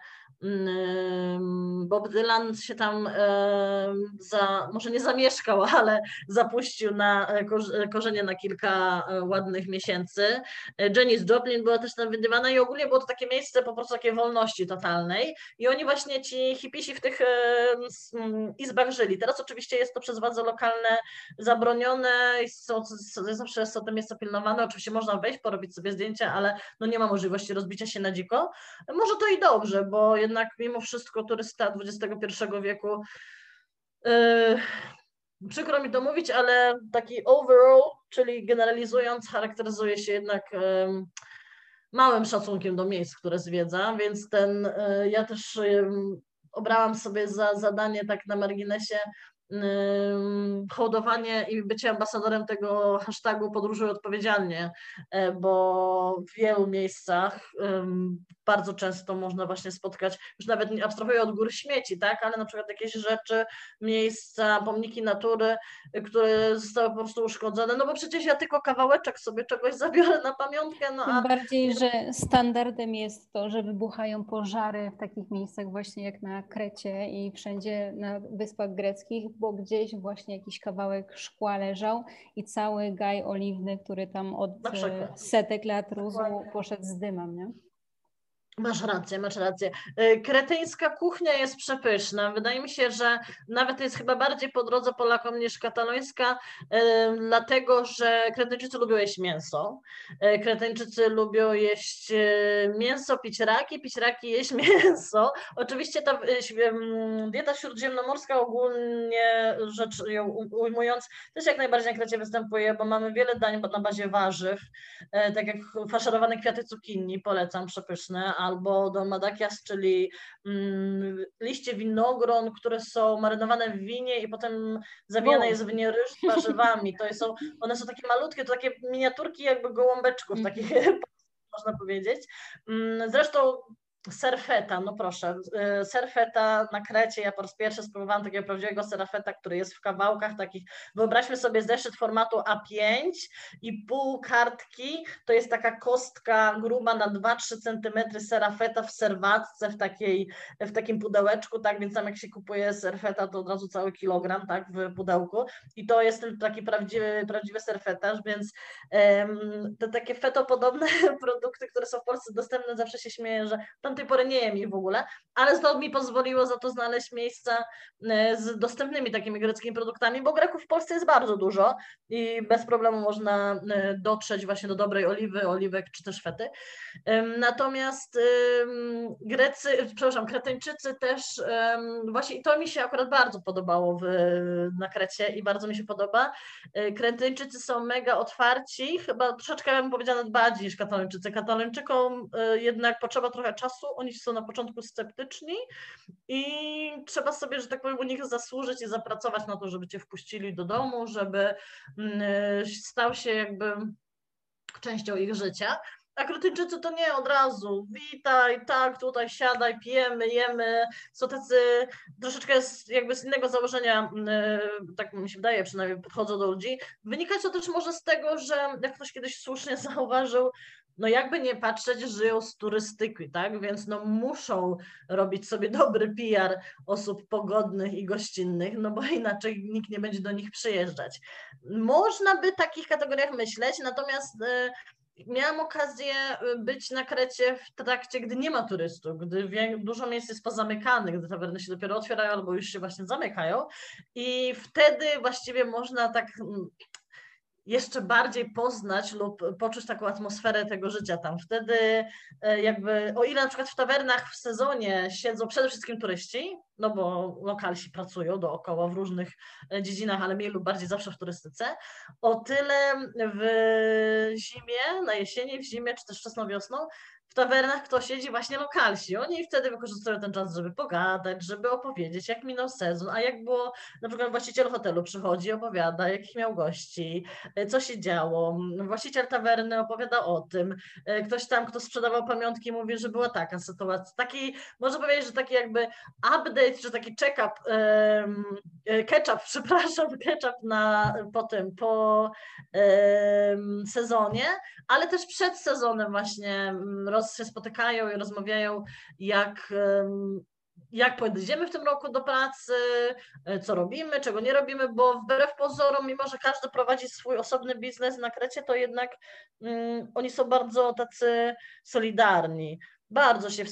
Bob Dylan się tam może nie zamieszkał, ale zapuścił na korzenie na kilka ładnych miesięcy. Janis Joplin była też tam wydywana i ogólnie było to takie miejsce po prostu takiej wolności totalnej i oni właśnie ci hipisi w tych izbach żyli. Teraz oczywiście jest to przez władze lokalne zabronione i zawsze są te miejsca miejsca pilnowane. Oczywiście można wejść, porobić sobie zdjęcia, ale no nie ma możliwości rozbicia się na dziko. Może to i dobrze, bo jednak mimo wszystko turysta XXI wieku, przykro mi to mówić, ale taki overall, czyli generalizując, charakteryzuje się jednak małym szacunkiem do miejsc, które zwiedza, więc ja też obrałam sobie za zadanie tak na marginesie hołdowanie i bycie ambasadorem tego hashtagu podróżuj odpowiedzialnie, bo w wielu miejscach bardzo często można właśnie spotkać, już nawet nie abstrahuję od gór śmieci, tak, ale na przykład jakieś rzeczy, miejsca, pomniki natury, które zostały po prostu uszkodzone, no bo przecież ja tylko kawałeczek sobie czegoś zabiorę na pamiątkę, no Tym a bardziej, że standardem jest to, że wybuchają pożary w takich miejscach właśnie jak na Krecie i wszędzie na Wyspach Greckich, bo gdzieś właśnie jakiś kawałek szkła leżał i cały gaj oliwny, który tam od na przykład. setek lat rósł, poszedł z dymem, nie? Masz rację, masz rację. Kretyńska kuchnia jest przepyszna. Wydaje mi się, że nawet jest chyba bardziej po drodze Polakom niż katalońska, dlatego że Kretyńczycy lubią jeść mięso. Kretyńczycy lubią jeść mięso, pić raki, jeść mięso. Oczywiście ta dieta śródziemnomorska ogólnie rzecz ją ujmując też jak najbardziej na Krecie występuje, bo mamy wiele dań na bazie warzyw, tak jak faszerowane kwiaty cukinii, polecam, przepyszne, albo dolmadakias, czyli liście winogron, które są marynowane w winie i potem zawijane jest w nie ryż z warzywami. One są takie malutkie, to takie miniaturki jakby gołąbeczków, takich można powiedzieć. Zresztą serfeta, no proszę, serfeta na Krecie, ja po raz pierwszy spróbowałam takiego prawdziwego serfeta, który jest w kawałkach takich, wyobraźmy sobie zeszyt formatu A5 i pół kartki, to jest taka kostka gruba na 2-3 cm serfeta w serwatce, w takim pudełeczku, tak, więc tam jak się kupuje serfeta, to od razu cały kilogram, tak, w pudełku i to jest ten taki prawdziwy serfetarz, więc te takie fetopodobne produkty, które są w Polsce dostępne, zawsze się śmieję, że do tej pory nie jem ich w ogóle, ale to mi pozwoliło za to znaleźć miejsca z dostępnymi takimi greckimi produktami, bo Greków w Polsce jest bardzo dużo i bez problemu można dotrzeć właśnie do dobrej oliwek czy też fety. Natomiast Kretyńczycy też, właśnie i to mi się akurat bardzo podobało na Krecie i bardzo mi się podoba. Kretyńczycy są mega otwarci, chyba troszeczkę bym powiedziała nawet bardziej niż Katalończycy. Katalończykom jednak potrzeba trochę czasu, oni są na początku sceptyczni i trzeba sobie, że tak powiem, u nich zasłużyć i zapracować na to, żeby cię wpuścili do domu, żeby stał się jakby częścią ich życia. A Kretyńczycy to nie od razu, witaj, tak, tutaj siadaj, pijemy, jemy, są tacy troszeczkę jakby z innego założenia, tak mi się wydaje, przynajmniej podchodzą do ludzi. Wynikać to też może z tego, że jak ktoś kiedyś słusznie zauważył, no jakby nie patrzeć, żyją z turystyki, tak, więc no muszą robić sobie dobry PR osób pogodnych i gościnnych, no bo inaczej nikt nie będzie do nich przyjeżdżać. Można by w takich kategoriach myśleć, natomiast miałam okazję być na Krecie w trakcie, gdy nie ma turystów, gdy dużo miejsc jest pozamykanych, gdy tawerny się dopiero otwierają albo już się właśnie zamykają i wtedy właściwie można tak jeszcze bardziej poznać lub poczuć taką atmosferę tego życia tam. Wtedy jakby, o ile na przykład w tawernach w sezonie siedzą przede wszystkim turyści, no bo lokalsi pracują dookoła w różnych dziedzinach, ale mniej lub bardziej zawsze w turystyce, o tyle w zimie, na jesieni, w zimie, czy też wczesną wiosną, w tawernach kto siedzi? Właśnie lokalsi. Oni wtedy wykorzystują ten czas, żeby pogadać, żeby opowiedzieć, jak minął sezon, a jak było, na przykład właściciel hotelu przychodzi, opowiada, jakich miał gości, co się działo. Właściciel tawerny opowiada o tym. Ktoś tam, kto sprzedawał pamiątki, mówi, że była taka sytuacja. Taki, można powiedzieć, że taki jakby update, czy taki check-up, catch-up po sezonie, ale też przed sezonem właśnie się spotykają i rozmawiają, jak podejdziemy w tym roku do pracy, co robimy, czego nie robimy, bo wbrew pozorom, mimo że każdy prowadzi swój osobny biznes na Krecie, to jednak oni są bardzo tacy solidarni, bardzo się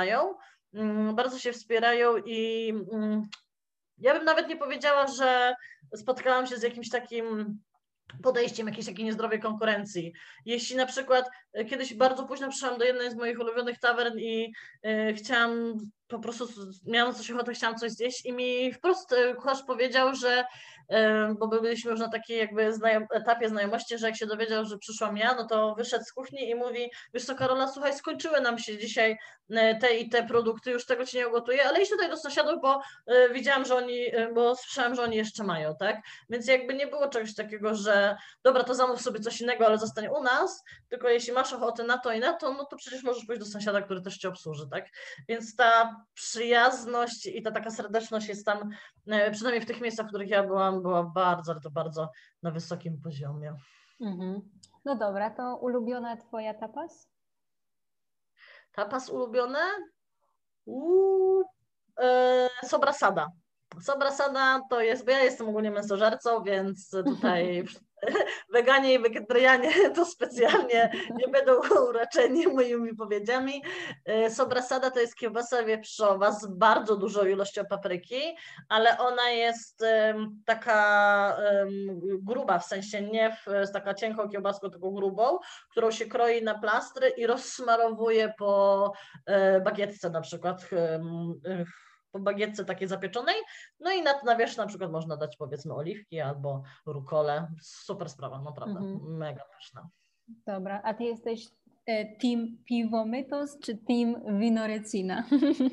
wspierają i ja bym nawet nie powiedziała, że spotkałam się z jakimś takim podejściem, jakieś takie niezdrowej konkurencji. Jeśli na przykład kiedyś bardzo późno przyszłam do jednej z moich ulubionych tawern i chciałam po prostu, miałam coś ochotę, chciałam coś zjeść i mi wprost kucharz powiedział, że bo byliśmy już na takiej jakby etapie znajomości, że jak się dowiedział, że przyszłam ja, no to wyszedł z kuchni i mówi, wiesz co Karola, słuchaj, skończyły nam się dzisiaj te i te produkty, już tego ci nie ugotuję, ale idź tutaj do sąsiadów, bo widziałam, że oni, bo słyszałam, że oni jeszcze mają, tak? Więc jakby nie było czegoś takiego, że dobra, to zamów sobie coś innego, ale zostań u nas, tylko jeśli masz ochotę na to i na to, no to przecież możesz pójść do sąsiada, który też cię obsłuży, tak? Więc ta przyjazność i ta taka serdeczność jest tam, przynajmniej w tych miejscach, w których ja była bardzo, ale to bardzo na wysokim poziomie. No dobra, to ulubiona twoja tapas? Tapas ulubione? Sobrasada. Sobrasada to jest, bo ja jestem ogólnie mięsożercą, więc tutaj weganie i wegetarianie to specjalnie nie będą uraczeni moimi wypowiedziami. Sobrasada to jest kiełbasa wieprzowa z bardzo dużą ilością papryki, ale ona jest taka gruba, w sensie nie z taka cienką kiełbaską, tylko grubą, którą się kroi na plastry i rozsmarowuje po bagietce na przykład, po bagietce takiej zapieczonej, no i na wierzch na przykład można dać powiedzmy oliwki albo rukolę. Super sprawa, naprawdę, mega pyszna. Dobra, a ty jesteś team piwo mytos czy team wino recina?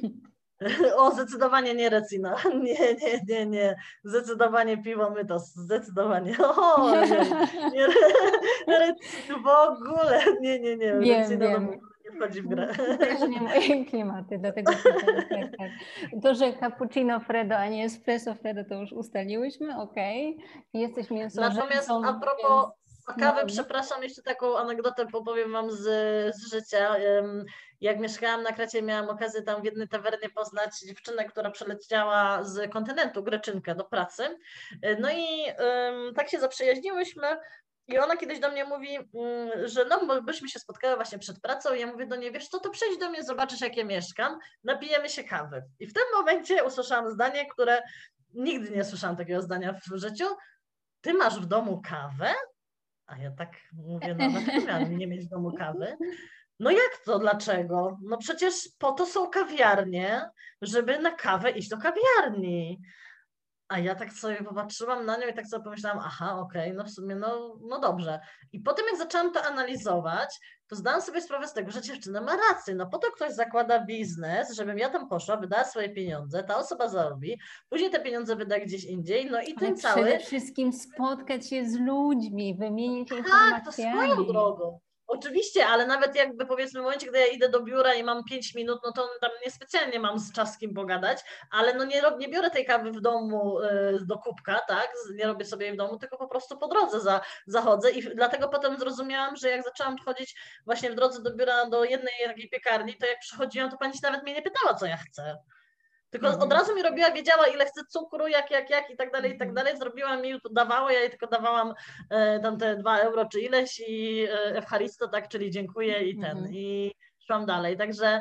O, zdecydowanie nie recina. Nie. Zdecydowanie piwo mytos. Zdecydowanie. O, nie recina w ogóle. Nie. Recina Wiem. nie wchodzi w grę. Też nie moje klimaty, dlatego tak. To, że cappuccino Fredo, a nie espresso Fredo, to już ustaliłyśmy, okej. Jesteś mięsożercą. Natomiast a propos kawy, no. przepraszam, jeszcze taką anegdotę powiem wam z życia. Jak mieszkałam na Krecie, miałam okazję tam w jednej tawernie poznać dziewczynę, która przeleciała z kontynentu, Greczynkę, do pracy. No i tak się zaprzyjaźniłyśmy. I ona kiedyś do mnie mówi, że no byśmy się spotkały właśnie przed pracą i ja mówię do niej, wiesz co, to przyjdź do mnie, zobaczysz jak ja mieszkam, napijemy się kawy. I w tym momencie usłyszałam zdanie, które nigdy nie słyszałam takiego zdania w życiu. Ty masz w domu kawę? A ja tak mówię, no dlaczego miałam nie mieć w domu kawy? No jak to, dlaczego? No przecież po to są kawiarnie, żeby na kawę iść do kawiarni. A ja tak sobie popatrzyłam na nią i tak sobie pomyślałam, aha, okej, no w sumie, no dobrze. I potem jak zaczęłam to analizować, to zdałam sobie sprawę z tego, że dziewczyna ma rację. No po to ktoś zakłada biznes, żebym ja tam poszła, wydała swoje pieniądze, ta osoba zarobi, później te pieniądze wyda gdzieś indziej, no i ten cały... Przede wszystkim spotkać się z ludźmi, wymienić informacjami. Tak, to swoją drogą. Oczywiście, ale nawet jakby powiedzmy w momencie, gdy ja idę do biura i mam 5 minut, no to tam niespecjalnie mam z kim pogadać, ale no nie biorę tej kawy w domu do kubka, tak, nie robię sobie jej w domu, tylko po prostu po drodze zachodzę i dlatego potem zrozumiałam, że jak zaczęłam chodzić właśnie w drodze do biura do jednej takiej piekarni, to jak przychodziłam, to pani się nawet mnie nie pytała, co ja chcę. Tylko od razu mi robiła, wiedziała ile chce cukru, jak i tak dalej. Zrobiła mi, dawała, ja jej tylko dawałam tam te 2 euro czy ileś i Eucharisto, tak, czyli dziękuję i i szłam dalej. Także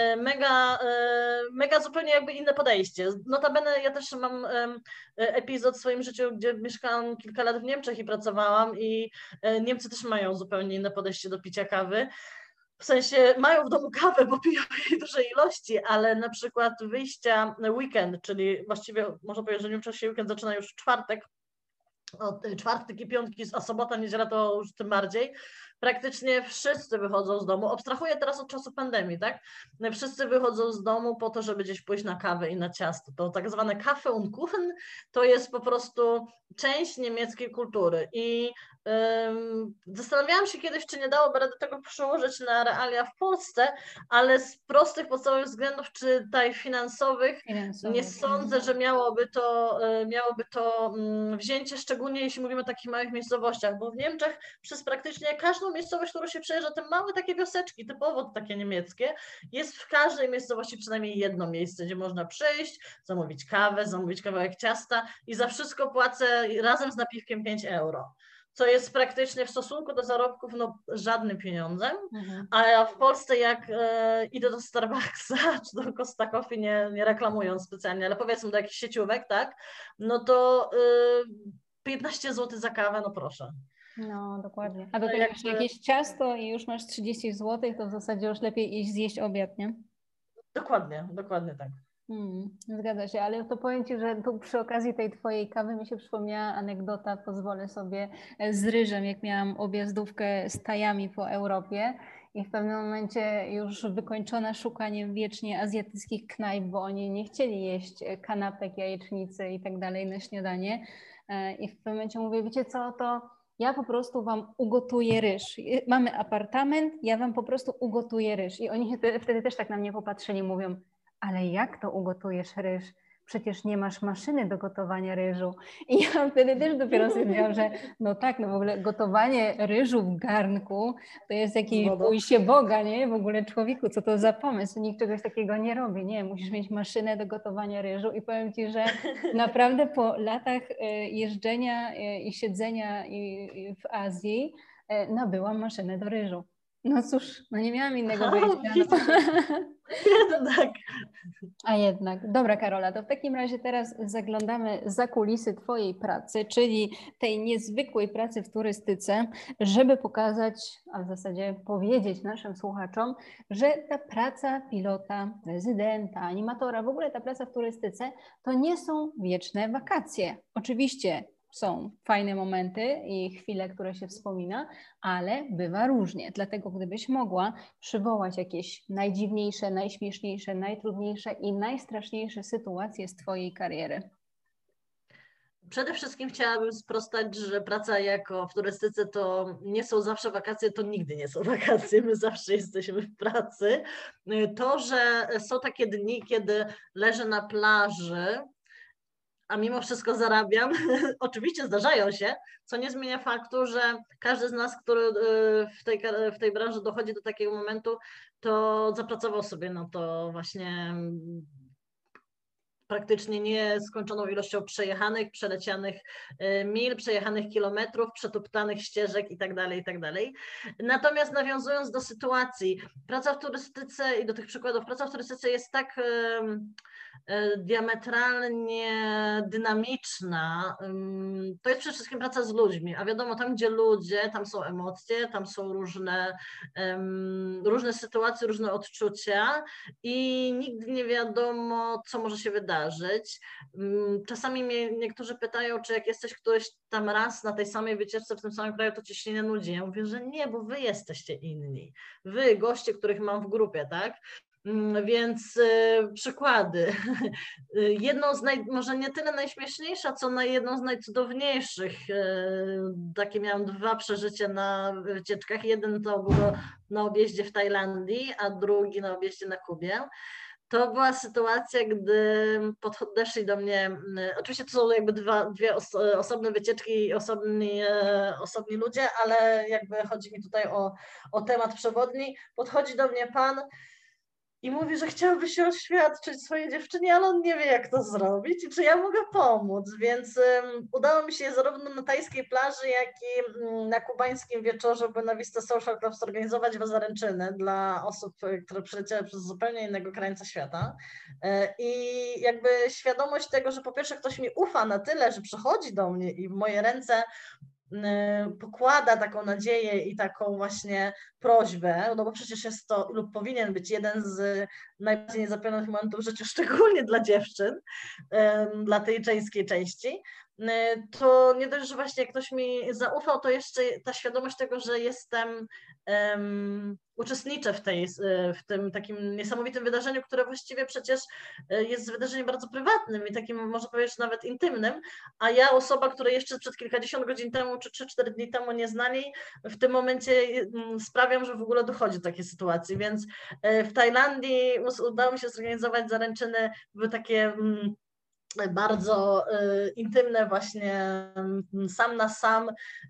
mega zupełnie jakby inne podejście. Notabene ja też mam epizod w swoim życiu, gdzie mieszkałam kilka lat w Niemczech i pracowałam i Niemcy też mają zupełnie inne podejście do picia kawy. W sensie mają w domu kawę, bo piją jej dużej ilości, ale na przykład wyjścia weekend, czyli właściwie można powiedzieć, że niemczech weekend zaczyna już w czwartek, czwartek i piątki, a sobota, niedziela to już tym bardziej. Praktycznie wszyscy wychodzą z domu. Abstrahuję teraz od czasu pandemii, tak? Wszyscy wychodzą z domu po to, żeby gdzieś pójść na kawę i na ciasto. To tak zwane Kaffee und Kuchen to jest po prostu część niemieckiej kultury. I zastanawiałam się kiedyś, czy nie dałoby rady tego przełożyć na realia w Polsce, ale z prostych, podstawowych względów, czy tutaj finansowych, nie sądzę, że miałoby to wzięcie, szczególnie jeśli mówimy o takich małych miejscowościach, bo w Niemczech przez praktycznie każdą miejscowość, którą się przejeżdża, te małe takie wioseczki, typowo takie niemieckie, jest w każdej miejscowości przynajmniej jedno miejsce, gdzie można przyjść, zamówić kawę, zamówić kawałek ciasta i za wszystko płacę razem z napiwkiem 5 euro. Co jest praktycznie w stosunku do zarobków żadnym pieniądzem, a w Polsce jak idę do Starbucksa czy do Costa Coffee, nie reklamując specjalnie, ale powiedzmy do jakichś sieciówek, tak, no to 15 zł za kawę, no proszę. No, dokładnie. A do tego jeszcze jakieś ciasto i już masz 30 zł, to w zasadzie już lepiej iść zjeść obiad, nie? Dokładnie tak. Zgadza się, ale to powiem Ci, że tu przy okazji tej Twojej kawy mi się przypomniała anegdota, pozwolę sobie, z ryżem, jak miałam objazdówkę z tajami po Europie i w pewnym momencie już wykończona szukaniem wiecznie azjatyckich knajp, bo oni nie chcieli jeść kanapek, jajecznicy i tak dalej na śniadanie i w pewnym momencie mówię, wiecie co, to ja po prostu Wam ugotuję ryż. Mamy apartament, ja Wam po prostu ugotuję ryż. I oni się wtedy też tak na mnie popatrzyli, mówią, ale jak to ugotujesz ryż? Przecież nie masz maszyny do gotowania ryżu. I ja wtedy też dopiero stwierdziłam, że no tak, no w ogóle gotowanie ryżu w garnku to jest jakiś bój się Boga, nie? W ogóle człowieku, co to za pomysł? Nikt czegoś takiego nie robi, nie? Musisz mieć maszynę do gotowania ryżu i powiem Ci, że naprawdę po latach jeżdżenia i siedzenia w Azji nabyłam maszynę do ryżu. No cóż, no nie miałam innego wyjścia. Tak. A jednak. Dobra, Karola, to w takim razie teraz zaglądamy za kulisy Twojej pracy, czyli tej niezwykłej pracy w turystyce, żeby pokazać, a w zasadzie powiedzieć naszym słuchaczom, że ta praca pilota, rezydenta, animatora, w ogóle ta praca w turystyce to nie są wieczne wakacje. Oczywiście są fajne momenty i chwile, które się wspomina, ale bywa różnie. Dlatego gdybyś mogła przywołać jakieś najdziwniejsze, najśmieszniejsze, najtrudniejsze i najstraszniejsze sytuacje z Twojej kariery. Przede wszystkim chciałabym sprostać, że praca jako w turystyce to nie są zawsze wakacje, to nigdy nie są wakacje, my zawsze jesteśmy w pracy. To, że są takie dni, kiedy leżę na plaży, a mimo wszystko zarabiam, oczywiście zdarzają się, co nie zmienia faktu, że każdy z nas, który w tej branży dochodzi do takiego momentu, to zapracował sobie na to właśnie praktycznie nieskończoną ilością przejechanych, przelecianych mil, przejechanych kilometrów, przetuptanych ścieżek itd., itd. Natomiast nawiązując do sytuacji, praca w turystyce i do tych przykładów, praca w turystyce jest tak diametralnie dynamiczna. To jest przede wszystkim praca z ludźmi, a wiadomo, tam gdzie ludzie, tam są emocje, tam są różne sytuacje, różne odczucia i nigdy nie wiadomo, co może się wydarzyć. Czasami mnie niektórzy pytają, czy jak jesteś któryś tam raz na tej samej wycieczce w tym samym kraju, to ci się nie nudzi. Ja mówię, że nie, bo wy jesteście inni. Wy, goście, których mam w grupie, tak? Więc przykłady. Jedną z może nie tyle najśmieszniejsza, co jedną z najcudowniejszych. Takie miałam 2 przeżycia na wycieczkach. Jeden to było na objeździe w Tajlandii, a drugi na objeździe na Kubie. To była sytuacja, gdy podeszli do mnie, oczywiście to są jakby dwie osobne wycieczki i osobni ludzie, ale jakby chodzi mi tutaj o temat przewodni. Podchodzi do mnie pan i mówi, że chciałby się oświadczyć swojej dziewczynie, ale on nie wie, jak to zrobić i czy ja mogę pomóc, więc udało mi się zarówno na tajskiej plaży, jak i na kubańskim wieczorze Buena Vista Social Club zorganizować zaręczyny dla osób, które przyleciały przez zupełnie innego krańca świata. I jakby świadomość tego, że po pierwsze ktoś mi ufa na tyle, że przychodzi do mnie i w moje ręce pokłada taką nadzieję i taką właśnie prośbę, no bo przecież jest to lub powinien być jeden z najbardziej niezapomnianych momentów w życiu, szczególnie dla dziewczyn, dla tej żeńskiej części, to nie dość, że właśnie jak ktoś mi zaufał, to jeszcze ta świadomość tego, że jestem, uczestniczę w tym takim niesamowitym wydarzeniu, które właściwie przecież jest wydarzeniem bardzo prywatnym i takim, można powiedzieć, nawet intymnym, a ja, osoba, która jeszcze przed kilkadziesiąt godzin temu czy 3-4 dni temu nie znali, w tym momencie sprawiam, że w ogóle dochodzi do takiej sytuacji, więc w Tajlandii udało mi się zorganizować zaręczyny, były takie bardzo intymne właśnie sam na sam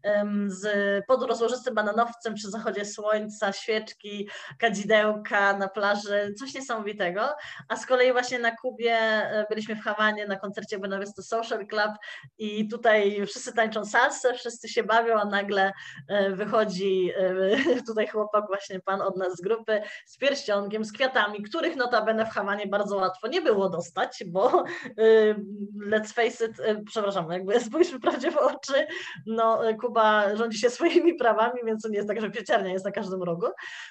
pod rozłożystym bananowcem przy zachodzie słońca, świeczki, kadzidełka na plaży, coś niesamowitego, a z kolei właśnie na Kubie byliśmy w Hawanie na koncercie Buena Vista Social Club i tutaj wszyscy tańczą salsę, wszyscy się bawią, a nagle wychodzi tutaj chłopak, właśnie pan od nas z grupy, z pierścionkiem, z kwiatami, których notabene w Hawanie bardzo łatwo nie było dostać, bo let's face it, przepraszam, jakby spójrzmy prawdzie w oczy, no Kuba rządzi się swoimi prawami, więc to nie jest tak, że kwieciarnia jest na każdym rogu.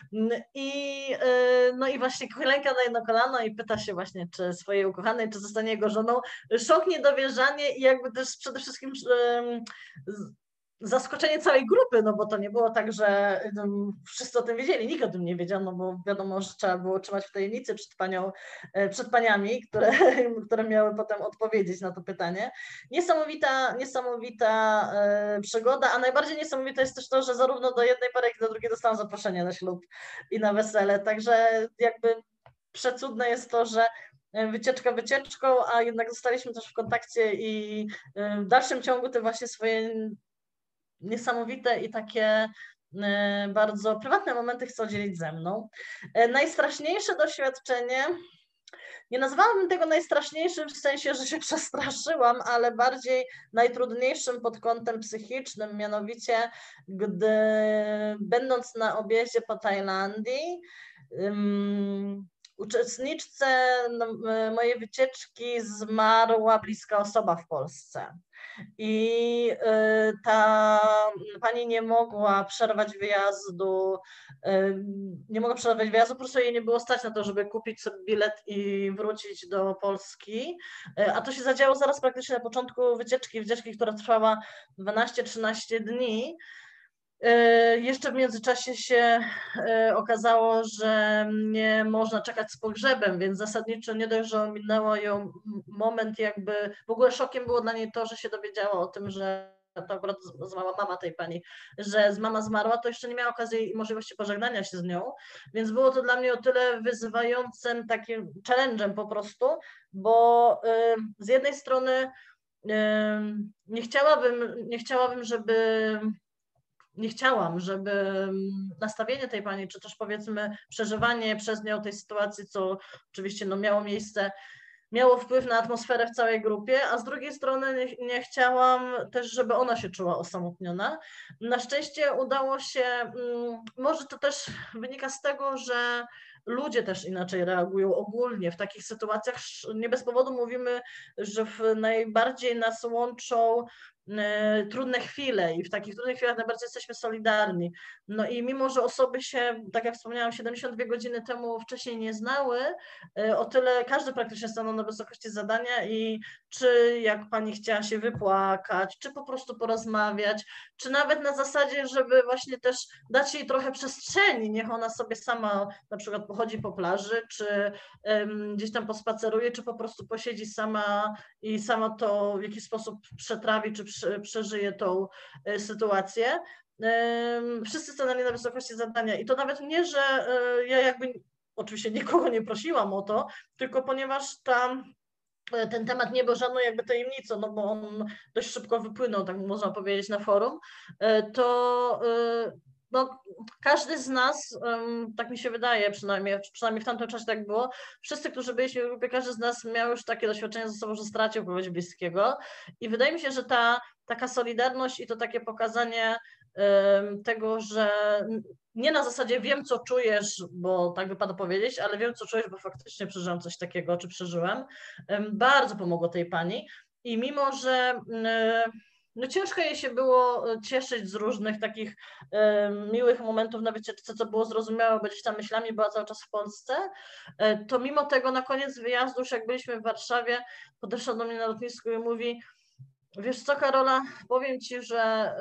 No i właśnie klęka na jedno kolano i pyta się właśnie, czy swojej ukochanej, czy zostanie jego żoną. Szok, niedowierzanie i jakby też przede wszystkim zaskoczenie całej grupy, no bo to nie było tak, że wszyscy o tym wiedzieli, nikt o tym nie wiedział, no bo wiadomo, że trzeba było trzymać w tajemnicy przed paniami, które miały potem odpowiedzieć na to pytanie. Niesamowita przygoda, a najbardziej niesamowite jest też to, że zarówno do jednej pary, jak i do drugiej dostałam zaproszenie na ślub i na wesele, także jakby przecudne jest to, że wycieczka wycieczką, a jednak zostaliśmy też w kontakcie i w dalszym ciągu te właśnie swoje niesamowite i takie bardzo prywatne momenty chcą dzielić ze mną. Najstraszniejsze doświadczenie, nie nazwałabym tego najstraszniejszym w sensie, że się przestraszyłam, ale bardziej najtrudniejszym pod kątem psychicznym, mianowicie gdy będąc na objeździe po Tajlandii, uczestniczce mojej wycieczki zmarła bliska osoba w Polsce. I ta pani nie mogła przerwać wyjazdu, po prostu jej nie było stać na to, żeby kupić sobie bilet i wrócić do Polski. A to się zadziało zaraz praktycznie na początku wycieczki, która trwała 12-13 dni. Jeszcze w międzyczasie się okazało, że nie można czekać z pogrzebem, więc zasadniczo nie dość, że ominęło ją moment jakby, w ogóle szokiem było dla niej to, że się dowiedziała o tym, że to akurat zmarła mama tej pani, że mama zmarła, to jeszcze nie miała okazji i możliwości pożegnania się z nią, więc było to dla mnie o tyle wyzywającym takim challenge'em po prostu, bo z jednej strony nie chciałam, żeby nastawienie tej pani, czy też powiedzmy przeżywanie przez nią tej sytuacji, co oczywiście no, miało wpływ na atmosferę w całej grupie, a z drugiej strony nie chciałam też, żeby ona się czuła osamotniona. Na szczęście udało się, może to też wynika z tego, że ludzie też inaczej reagują ogólnie w takich sytuacjach. Nie bez powodu mówimy, że najbardziej nas łączą trudne chwile i w takich trudnych chwilach najbardziej jesteśmy solidarni. No i mimo, że osoby się, tak jak wspomniałam, 72 godziny temu wcześniej nie znały, o tyle każdy praktycznie stanął na wysokości zadania i czy jak pani chciała się wypłakać, czy po prostu porozmawiać, czy nawet na zasadzie, żeby właśnie też dać jej trochę przestrzeni, niech ona sobie sama na przykład pochodzi po plaży, czy gdzieś tam pospaceruje, czy po prostu posiedzi sama i sama to w jakiś sposób przetrawi, czy przeżyje tą sytuację. Wszyscy stanęli na wysokości zadania i to nawet nie, że ja jakby oczywiście nikogo nie prosiłam o to, tylko ponieważ ten temat nie był żadną jakby tajemnicą, no bo on dość szybko wypłynął, tak można powiedzieć, na forum, to no, każdy z nas, tak mi się wydaje, przynajmniej w tamtym czasie tak było, wszyscy, którzy byliśmy w grupie, każdy z nas miał już takie doświadczenie ze sobą, że stracił kogoś bliskiego i wydaje mi się, że taka solidarność i to takie pokazanie tego, że nie na zasadzie wiem, co czujesz, bo tak wypada powiedzieć, ale wiem, co czujesz, bo faktycznie przeżyłam coś takiego, czy przeżyłem, bardzo pomogło tej pani i mimo, że no ciężko jej się było cieszyć z różnych takich miłych momentów na wycieczce, co było zrozumiałe, bo gdzieś tam myślami była cały czas w Polsce, to mimo tego na koniec wyjazdu, już jak byliśmy w Warszawie, podeszła do mnie na lotnisku i mówi: wiesz co, Karola, powiem ci, że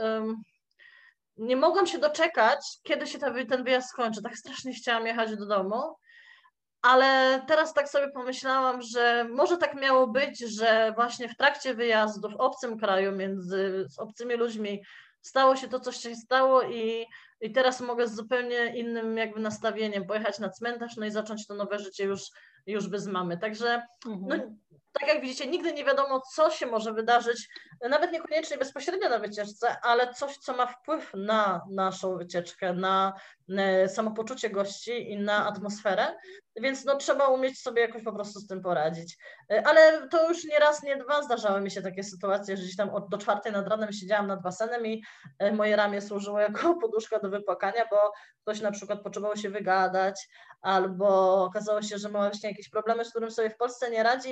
nie mogłam się doczekać, kiedy się ten wyjazd skończy. Tak strasznie chciałam jechać do domu, ale teraz tak sobie pomyślałam, że może tak miało być, że właśnie w trakcie wyjazdu w obcym kraju, z obcymi ludźmi stało się to, co się stało i teraz mogę z zupełnie innym jakby nastawieniem pojechać na cmentarz, no i zacząć to nowe życie już bez mamy. Także no, tak jak widzicie, nigdy nie wiadomo, co się może wydarzyć, nawet niekoniecznie bezpośrednio na wycieczce, ale coś, co ma wpływ na naszą wycieczkę, na samopoczucie gości i na atmosferę, więc no, trzeba umieć sobie jakoś po prostu z tym poradzić. Ale to już nie raz, nie dwa zdarzały mi się takie sytuacje, że gdzieś tam do 4 nad ranem siedziałam nad basenem i moje ramię służyło jako poduszka do wypłakania, bo ktoś na przykład potrzebował się wygadać, albo okazało się, że ma właśnie jakieś problemy, z którym sobie w Polsce nie radzi i pojechał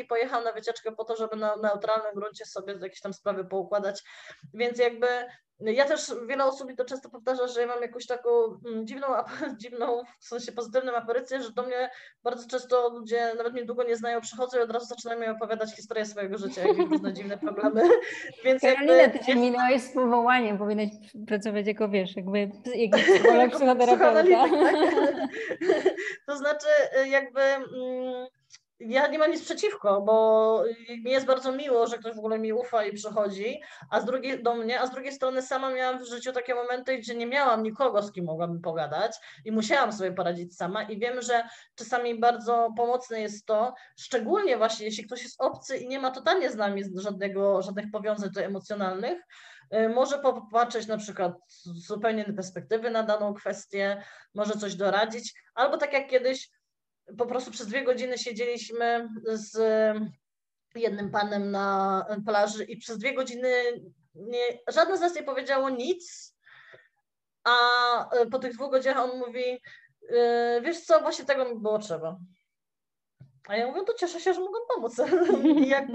na wycieczkę po to, żeby na neutralnym gruncie sobie jakieś tam sprawy poukładać, więc jakby ja też, wiele osób mi to często powtarza, że ja mam jakąś taką dziwną, w sensie pozytywną aparycję, że do mnie bardzo często ludzie, nawet mnie długo nie znają, przychodzą i od razu zaczynają mi opowiadać historię swojego życia, jakieś różne dziwne problemy, więc Karolina, jakby... ty się minęłaś z powołaniem, powinnaś pracować jako, wiesz, jakiś psycholog, psychoterapeuta. Tak? To znaczy jakby... Ja nie mam nic przeciwko, bo mi jest bardzo miło, że ktoś w ogóle mi ufa i przychodzi, do mnie, a z drugiej strony sama miałam w życiu takie momenty, gdzie nie miałam nikogo, z kim mogłabym pogadać i musiałam sobie poradzić sama i wiem, że czasami bardzo pomocne jest to, szczególnie właśnie jeśli ktoś jest obcy i nie ma totalnie z nami żadnych powiązań tutaj emocjonalnych, może popatrzeć na przykład z zupełnie innej perspektywy na daną kwestię, może coś doradzić, albo tak jak kiedyś po prostu przez 2 godziny siedzieliśmy z jednym panem na plaży i przez 2 godziny żadne z nas nie powiedziało nic, a po tych 2 godzinach on mówi, wiesz co, właśnie tego mi było trzeba. A ja mówię, to cieszę się, że mogę pomóc. I jakby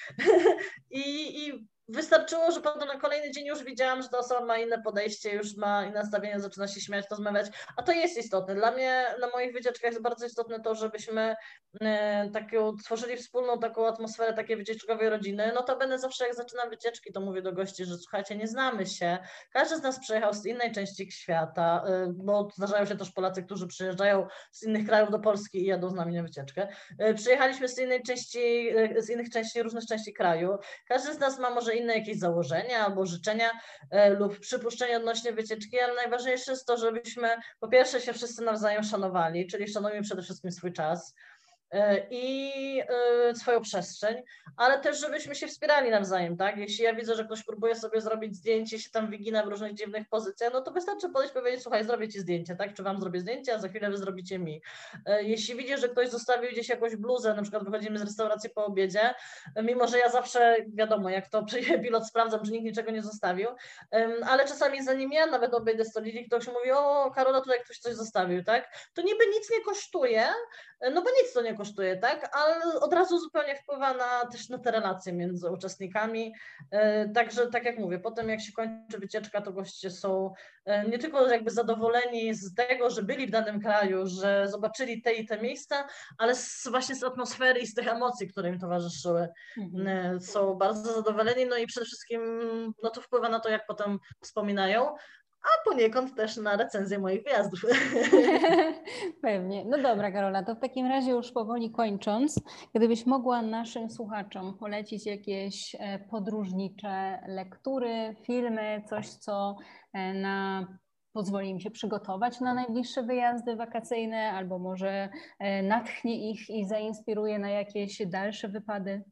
i wystarczyło, że potem na kolejny dzień już widziałam, że ta osoba ma inne podejście, już ma inne nastawienie, zaczyna się śmiać, rozmawiać, a to jest istotne. Dla mnie na moich wycieczkach jest bardzo istotne to, żebyśmy tworzyli wspólną taką atmosferę takiej wycieczkowej rodziny. No to będę zawsze, jak zaczynam wycieczki, to mówię do gości, że słuchajcie, nie znamy się, każdy z nas przyjechał z innej części świata, bo zdarzają się też Polacy, którzy przyjeżdżają z innych krajów do Polski i jadą z nami na wycieczkę. Przyjechaliśmy z innych części, różnych części kraju. Każdy z nas ma może inne jakieś założenia albo życzenia lub przypuszczenia odnośnie wycieczki, ale najważniejsze jest to, żebyśmy po pierwsze się wszyscy nawzajem szanowali, czyli szanujmy przede wszystkim swój czas i swoją przestrzeń, ale też żebyśmy się wspierali nawzajem, tak? Jeśli ja widzę, że ktoś próbuje sobie zrobić zdjęcie, się tam wygina w różnych dziwnych pozycjach, no to wystarczy podejść i powiedzieć, słuchaj, zrobię ci zdjęcie, tak? Czy wam zrobię zdjęcie, a za chwilę wy zrobicie mi. Jeśli widzisz, że ktoś zostawił gdzieś jakąś bluzę, na przykład wychodzimy z restauracji po obiedzie, mimo że ja zawsze, wiadomo, jak to przyjedzie pilot, sprawdzam, czy nikt niczego nie zostawił, ale czasami zanim ja nawet obejdę stoliki, ktoś mówi, o Karola, tutaj ktoś coś zostawił, tak? To niby nic nie kosztuje, no bo nic to nie kosztuje, tak? Ale od razu zupełnie wpływa też na te relacje między uczestnikami. Także tak jak mówię, potem jak się kończy wycieczka, to goście są nie tylko jakby zadowoleni z tego, że byli w danym kraju, że zobaczyli te i te miejsca, ale właśnie z atmosfery i z tych emocji, które im towarzyszyły. Są bardzo zadowoleni, no i przede wszystkim no to wpływa na to, jak potem wspominają, a poniekąd też na recenzję moich wyjazdów. Pewnie. No dobra, Karola, to w takim razie już powoli kończąc, gdybyś mogła naszym słuchaczom polecić jakieś podróżnicze lektury, filmy, coś, co pozwoli im się przygotować na najbliższe wyjazdy wakacyjne, albo może natchnie ich i zainspiruje na jakieś dalsze wypady?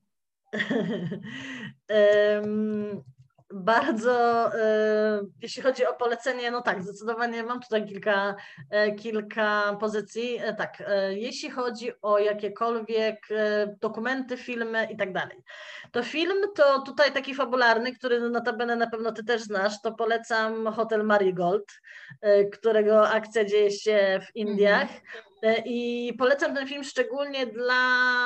Bardzo, jeśli chodzi o polecenie, no tak, zdecydowanie mam tutaj kilka pozycji. Tak, jeśli chodzi o jakiekolwiek dokumenty, filmy i tak dalej, to film to tutaj taki fabularny, który notabene na pewno ty też znasz, to polecam Hotel Marigold, którego akcja dzieje się w Indiach. I polecam ten film szczególnie dla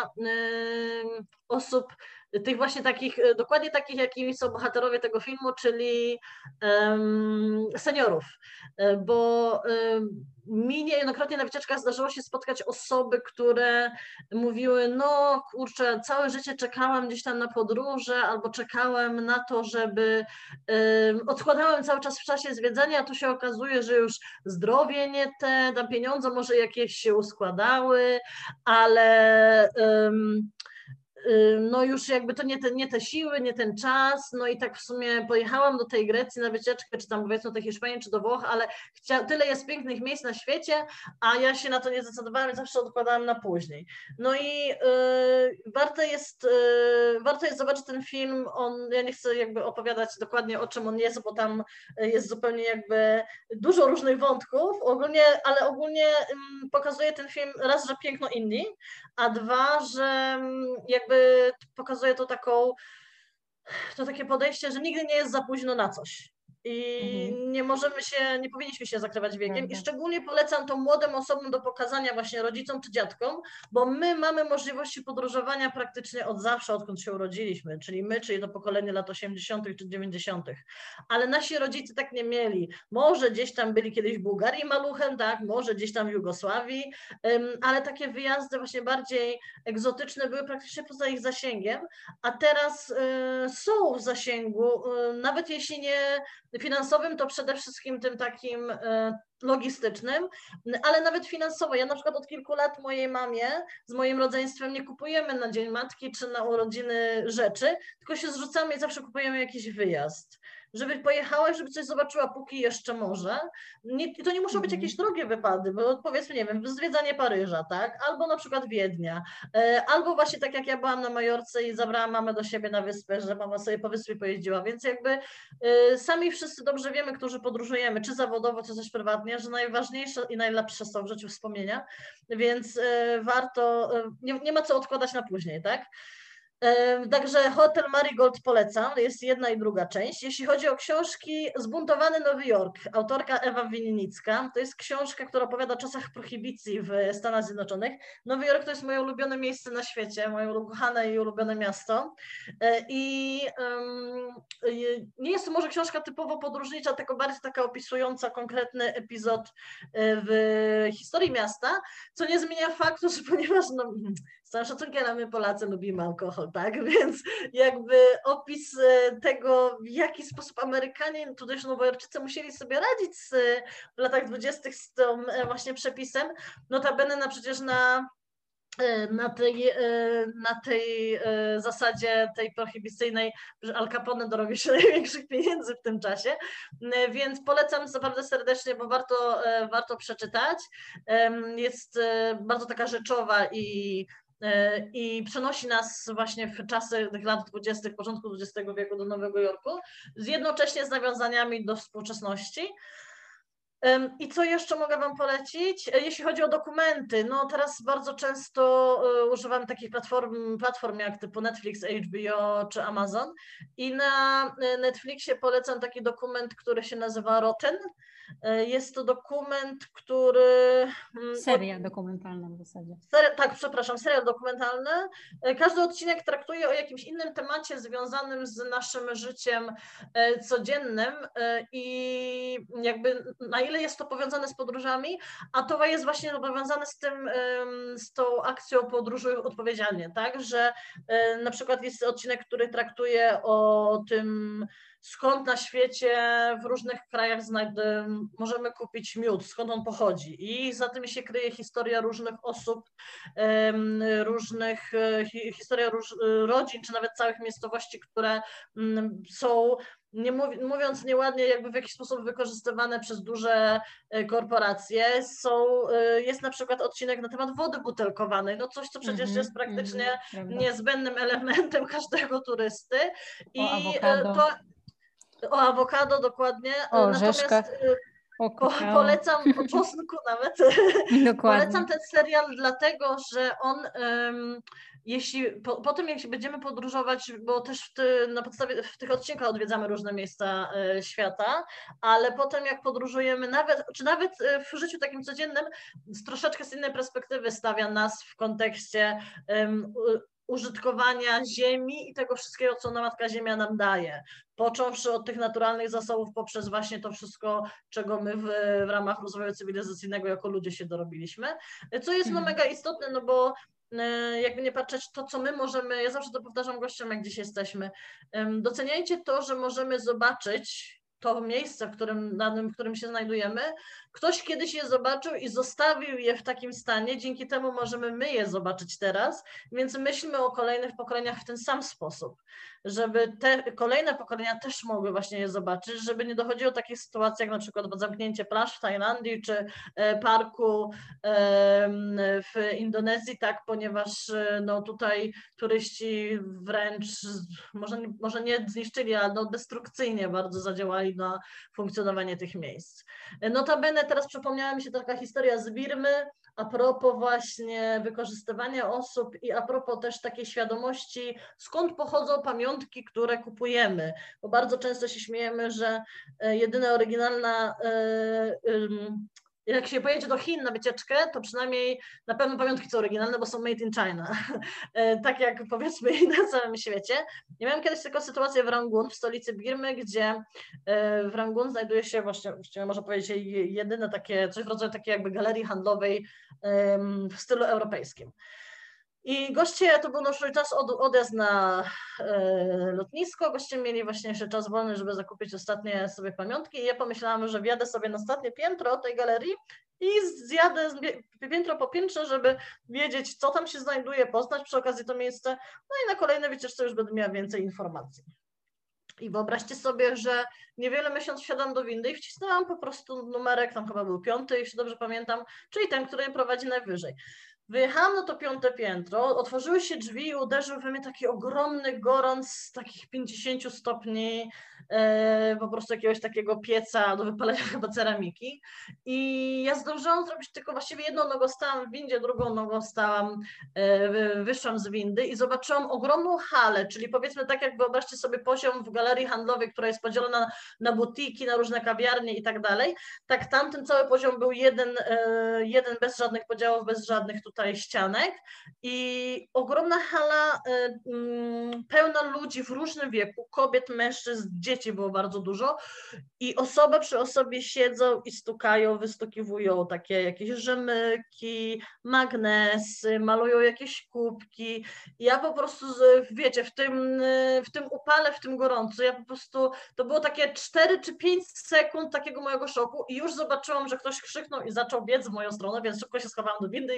osób, tych właśnie takich, dokładnie takich, jakimi są bohaterowie tego filmu, czyli seniorów, bo mi niejednokrotnie na wycieczkach zdarzyło się spotkać osoby, które mówiły, no kurczę, całe życie czekałam gdzieś tam na podróże, albo czekałem na to, żeby odkładałem cały czas w czasie zwiedzania, a tu się okazuje, że już zdrowie nie tam pieniądze może jakieś się uskładały, ale no już jakby to nie te siły, nie ten czas, no i tak w sumie pojechałam do tej Grecji na wycieczkę, czy tam powiedzmy do tej Hiszpanii, czy do Włoch, ale tyle jest pięknych miejsc na świecie, a ja się na to nie zdecydowałam i zawsze odkładałam na później. No i warto jest zobaczyć ten film, ja nie chcę jakby opowiadać dokładnie o czym on jest, bo tam jest zupełnie jakby dużo różnych wątków, ale ogólnie pokazuje ten film raz, że piękno Indii, a dwa, że jakby pokazuje to takie podejście, że nigdy nie jest za późno na coś. I Mhm. nie powinniśmy się zakrywać wiekiem. Prawda. I szczególnie polecam to młodym osobom do pokazania właśnie rodzicom czy dziadkom, bo my mamy możliwości podróżowania praktycznie od zawsze, odkąd się urodziliśmy, czyli to pokolenie lat 80. czy 90. Ale nasi rodzice tak nie mieli. Może gdzieś tam byli kiedyś w Bułgarii maluchem, tak, może gdzieś tam w Jugosławii, ale takie wyjazdy właśnie bardziej egzotyczne były praktycznie poza ich zasięgiem, a teraz są w zasięgu, nawet jeśli nie finansowym, to przede wszystkim tym takim logistycznym, ale nawet finansowo. Ja na przykład od kilku lat mojej mamie z moim rodzeństwem nie kupujemy na Dzień Matki czy na urodziny rzeczy, tylko się zrzucamy i zawsze kupujemy jakiś wyjazd. Żeby pojechała i żeby coś zobaczyła, póki jeszcze może. To nie muszą być jakieś drogie wypady, bo powiedzmy, nie wiem, zwiedzanie Paryża, tak? Albo na przykład Wiednia. Albo właśnie tak jak ja byłam na Majorce i zabrałam mamę do siebie na wyspę, że mama sobie po wyspie pojeździła, więc jakby sami wszyscy dobrze wiemy, którzy podróżujemy, czy zawodowo, czy też prywatnie, że najważniejsze i najlepsze są w życiu wspomnienia, więc warto, nie ma co odkładać na później, tak? Także Hotel Marigold polecam, jest jedna i druga część. Jeśli chodzi o książki, Zbuntowany Nowy Jork, autorka Ewa Winnicka, to jest książka, która opowiada o czasach prohibicji w Stanach Zjednoczonych. Nowy Jork to jest moje ulubione miejsce na świecie, moje ukochane i ulubione miasto. I nie jest to może książka typowo podróżnicza, tylko bardziej taka opisująca konkretny epizod w historii miasta, co nie zmienia faktu, że ponieważ z całym szacunkiem, ale my Polacy lubimy alkohol, tak? Więc jakby opis tego, w jaki sposób Amerykanie, tutejsi Nowojorczycy musieli sobie radzić w latach 20. z tym właśnie przepisem, notabene przecież na tej zasadzie tej prohibicyjnej, że Al Capone dorobił się największych pieniędzy w tym czasie, więc polecam naprawdę serdecznie, bo warto przeczytać. Jest bardzo taka rzeczowa i przenosi nas właśnie w czasy tych lat 20., początku XX wieku do Nowego Jorku, jednocześnie z nawiązaniami do współczesności. I co jeszcze mogę Wam polecić? Jeśli chodzi o dokumenty, no teraz bardzo często używam takich platform jak typu Netflix, HBO czy Amazon i na Netflixie polecam taki dokument, który się nazywa Rotten. Jest to dokument, który... Seria dokumentalna w zasadzie. Serial dokumentalny. Każdy odcinek traktuje o jakimś innym temacie związanym z naszym życiem codziennym i jakby na ile jest to powiązane z podróżami, a to jest właśnie powiązane z tą akcją Podróżuj odpowiedzialnie, tak, że na przykład jest odcinek, który traktuje o tym, skąd na świecie w różnych krajach możemy kupić miód, skąd on pochodzi. I za tym się kryje historia różnych osób, historia rodzin, czy nawet całych miejscowości, które są, mówiąc nieładnie, jakby w jakiś sposób wykorzystywane przez duże korporacje. Jest na przykład odcinek na temat wody butelkowanej, no coś, co przecież jest praktycznie niezbędnym elementem każdego turysty. O awokado. O awokado, dokładnie. O orzeszkach. Polecam, o czosnku nawet. Dokładnie. Polecam ten serial dlatego, że on po tym jak będziemy podróżować, bo też na podstawie w tych odcinkach odwiedzamy różne miejsca świata, ale potem jak podróżujemy nawet w życiu takim codziennym, troszeczkę z innej perspektywy stawia nas w kontekście użytkowania ziemi i tego wszystkiego, co Matka Ziemia nam daje. Począwszy od tych naturalnych zasobów, poprzez właśnie to wszystko, czego my w ramach rozwoju cywilizacyjnego jako ludzie się dorobiliśmy. Co jest mega istotne, no bo jakby nie patrzeć, to co my możemy, ja zawsze to powtarzam gościom, jak dziś jesteśmy, doceniajcie to, że możemy zobaczyć to miejsce, w którym się znajdujemy. Ktoś kiedyś je zobaczył i zostawił je w takim stanie, dzięki temu możemy my je zobaczyć teraz, więc myślmy o kolejnych pokoleniach w ten sam sposób, żeby te kolejne pokolenia też mogły właśnie je zobaczyć, żeby nie dochodziło do takich sytuacji, jak na przykład zamknięcie plaż w Tajlandii, czy parku w Indonezji, tak, ponieważ no tutaj turyści wręcz może nie zniszczyli, ale no destrukcyjnie bardzo zadziałali i na funkcjonowanie tych miejsc. Notabene teraz przypomniała mi się taka historia z Birmy, a propos właśnie wykorzystywania osób i a propos też takiej świadomości, skąd pochodzą pamiątki, które kupujemy, bo bardzo często się śmiejemy, że jedyna oryginalna, jak się pojedzie do Chin na wycieczkę, to przynajmniej na pewno pamiątki są oryginalne, bo są made in China, tak jak powiedzmy i na całym świecie. Ja miałam kiedyś taką sytuację w Rangun, w stolicy Birmy, gdzie w Rangun znajduje się właściwie można powiedzieć jedyne takie, coś w rodzaju takiej jakby galerii handlowej w stylu europejskim. I goście, to był nasz czas odjazd na lotnisko, goście mieli właśnie jeszcze czas wolny, żeby zakupić ostatnie sobie pamiątki i ja pomyślałam, że wjadę sobie na ostatnie piętro tej galerii i zjadę piętro po piętrze, żeby wiedzieć, co tam się znajduje, poznać przy okazji to miejsce, no i na kolejne wycieczce już będę miała więcej informacji. I wyobraźcie sobie, że niewiele myśląc wsiadam do windy i wcisnęłam po prostu numerek, tam chyba był 5, jeśli dobrze pamiętam, czyli ten, który mnie prowadzi najwyżej. Wyjechałam na to 5. piętro, otworzyły się drzwi i uderzył we mnie taki ogromny gorąc z takich 50 stopni, po prostu jakiegoś takiego pieca do wypalenia chyba ceramiki. I ja zdążyłam zrobić tylko właściwie jedną nogą stałam w windzie, drugą nogą stałam, wyszłam z windy i zobaczyłam ogromną halę, czyli powiedzmy tak jak wyobraźcie sobie poziom w galerii handlowej, która jest podzielona na butiki, na różne kawiarnie i tak dalej. Tak tamten cały poziom był jeden bez żadnych podziałów, bez żadnych tutaj ścianek i ogromna hala pełna ludzi w różnym wieku, kobiet, mężczyzn, dzieci było bardzo dużo i osoba przy osobie siedzą i stukają, wystukiwują takie jakieś rzemyki, magnesy, malują jakieś kubki. Ja po prostu, wiecie, w tym upale, w tym gorącu, ja po prostu, to było takie 4 czy 5 sekund takiego mojego szoku i już zobaczyłam, że ktoś krzyknął i zaczął biec w moją stronę, więc szybko się schowałam do windy i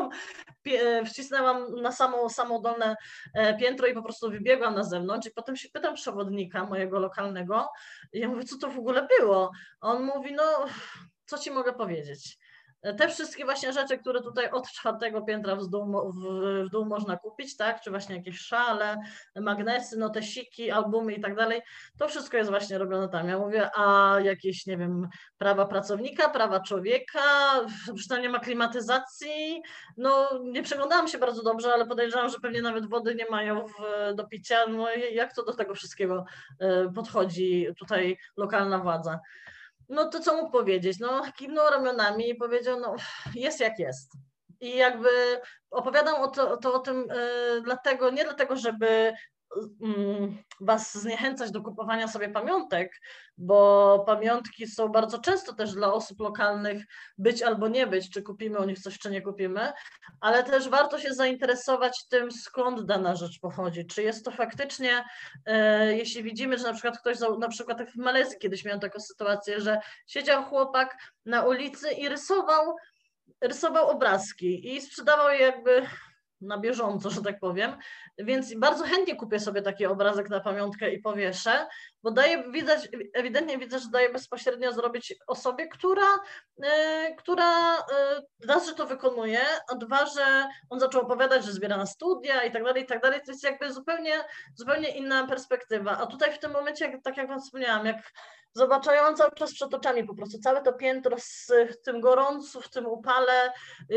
wcisnęłam na samo dolne piętro i po prostu wybiegłam na zewnątrz i potem się pytam przewodnika mojego lokalnego i ja mówię, co to w ogóle było? A on mówi, no co ci mogę powiedzieć? Te wszystkie właśnie rzeczy, które tutaj od 4. piętra w dół można kupić, tak? Czy właśnie jakieś szale, magnesy, notesiki, albumy i tak dalej, to wszystko jest właśnie robione tam. Ja mówię, a jakieś, nie wiem, prawa pracownika, prawa człowieka, że tam nie ma klimatyzacji, no nie przeglądałam się bardzo dobrze, ale podejrzewam, że pewnie nawet wody nie mają do picia, no jak to do tego wszystkiego podchodzi tutaj lokalna władza? No to co mógł powiedzieć? No kiwnął ramionami i powiedział, no jest jak jest. I jakby opowiadam o tym dlatego, nie dlatego, żeby was zniechęcać do kupowania sobie pamiątek, bo pamiątki są bardzo często też dla osób lokalnych być albo nie być, czy kupimy u nich coś, czy nie kupimy, ale też warto się zainteresować tym, skąd dana rzecz pochodzi. Czy jest to faktycznie, jeśli widzimy, że na przykład ktoś, na przykład w Malezji kiedyś miałem taką sytuację, że siedział chłopak na ulicy i rysował obrazki i sprzedawał je jakby na bieżąco, że tak powiem, więc bardzo chętnie kupię sobie taki obrazek na pamiątkę i powieszę, bo ewidentnie widzę, że daje bezpośrednio zrobić osobie, która raz, że to wykonuje, a dwa, że on zaczął opowiadać, że zbiera na studia i tak dalej, to jest jakby zupełnie inna perspektywa, a tutaj w tym momencie, tak jak wam wspomniałam, jak zobaczyłam cały czas przed oczami po prostu całe to piętro w tym gorącu, w tym upale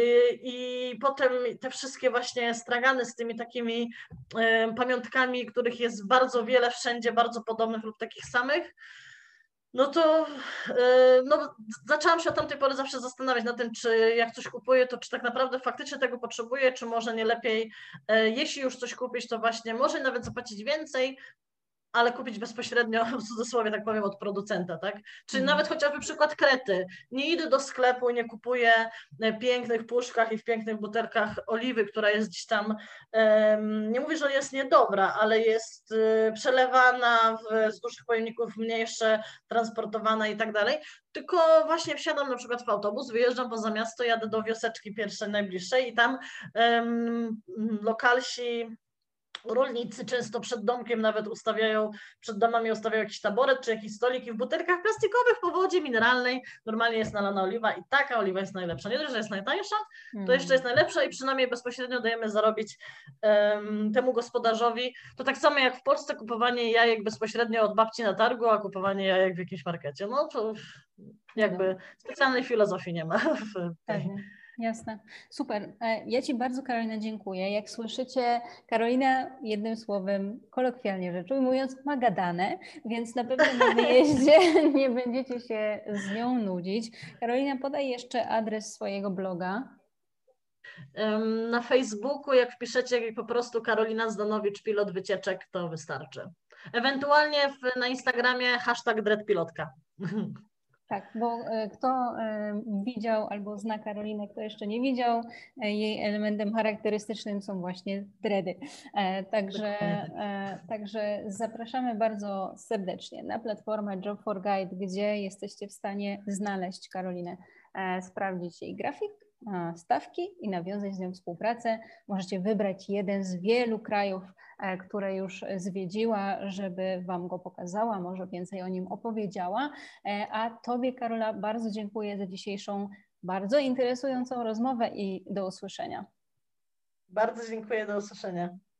i potem te wszystkie właśnie stragany z tymi takimi pamiątkami, których jest bardzo wiele wszędzie, bardzo podobnych lub takich samych, no to zaczęłam się od tamtej pory zawsze zastanawiać nad tym, czy jak coś kupuję, to czy tak naprawdę faktycznie tego potrzebuję, czy może nie lepiej, jeśli już coś kupić, to właśnie może nawet zapłacić więcej, ale kupić bezpośrednio, w cudzysłowie tak powiem, od producenta, tak? Czy nawet chociażby przykład Krety. Nie idę do sklepu i nie kupuję w pięknych puszkach i w pięknych butelkach oliwy, która jest gdzieś tam, nie mówię, że jest niedobra, ale jest przelewana z dużych pojemników w mniejsze, transportowana i tak dalej, tylko właśnie wsiadam na przykład w autobus, wyjeżdżam poza miasto, jadę do wioseczki pierwszej, najbliższej i tam lokalsi rolnicy często przed domkiem nawet ustawiają, przed domami ustawiają jakiś taboret czy jakiś stolik i w butelkach plastikowych po wodzie mineralnej normalnie jest nalana oliwa i taka oliwa jest najlepsza. Nie dość, że jest najtańsza, to jeszcze jest najlepsza i przynajmniej bezpośrednio dajemy zarobić temu gospodarzowi. To tak samo jak w Polsce kupowanie jajek bezpośrednio od babci na targu, a kupowanie jajek w jakimś markecie. No to jakby specjalnej filozofii nie ma w tej. Jasne. Super. Ja Ci bardzo, Karolina, dziękuję. Jak słyszycie, Karolina jednym słowem, kolokwialnie rzecz ujmując, ma gadane, więc na pewno na wyjeździe nie będziecie się z nią nudzić. Karolina, podaj jeszcze adres swojego bloga. Na Facebooku, jak wpiszecie po prostu Karolina Zdanowicz, pilot wycieczek, to wystarczy. Ewentualnie na Instagramie #dreadpilotka. Tak, bo kto widział albo zna Karolinę, kto jeszcze nie widział, jej elementem charakterystycznym są właśnie dready. Także zapraszamy bardzo serdecznie na platformę Job4Guide, gdzie jesteście w stanie znaleźć Karolinę, sprawdzić jej grafik, stawki i nawiązać z nią współpracę. Możecie wybrać jeden z wielu krajów, które już zwiedziła, żeby Wam go pokazała, może więcej o nim opowiedziała. A Tobie, Karola, bardzo dziękuję za dzisiejszą bardzo interesującą rozmowę i do usłyszenia. Bardzo dziękuję, do usłyszenia.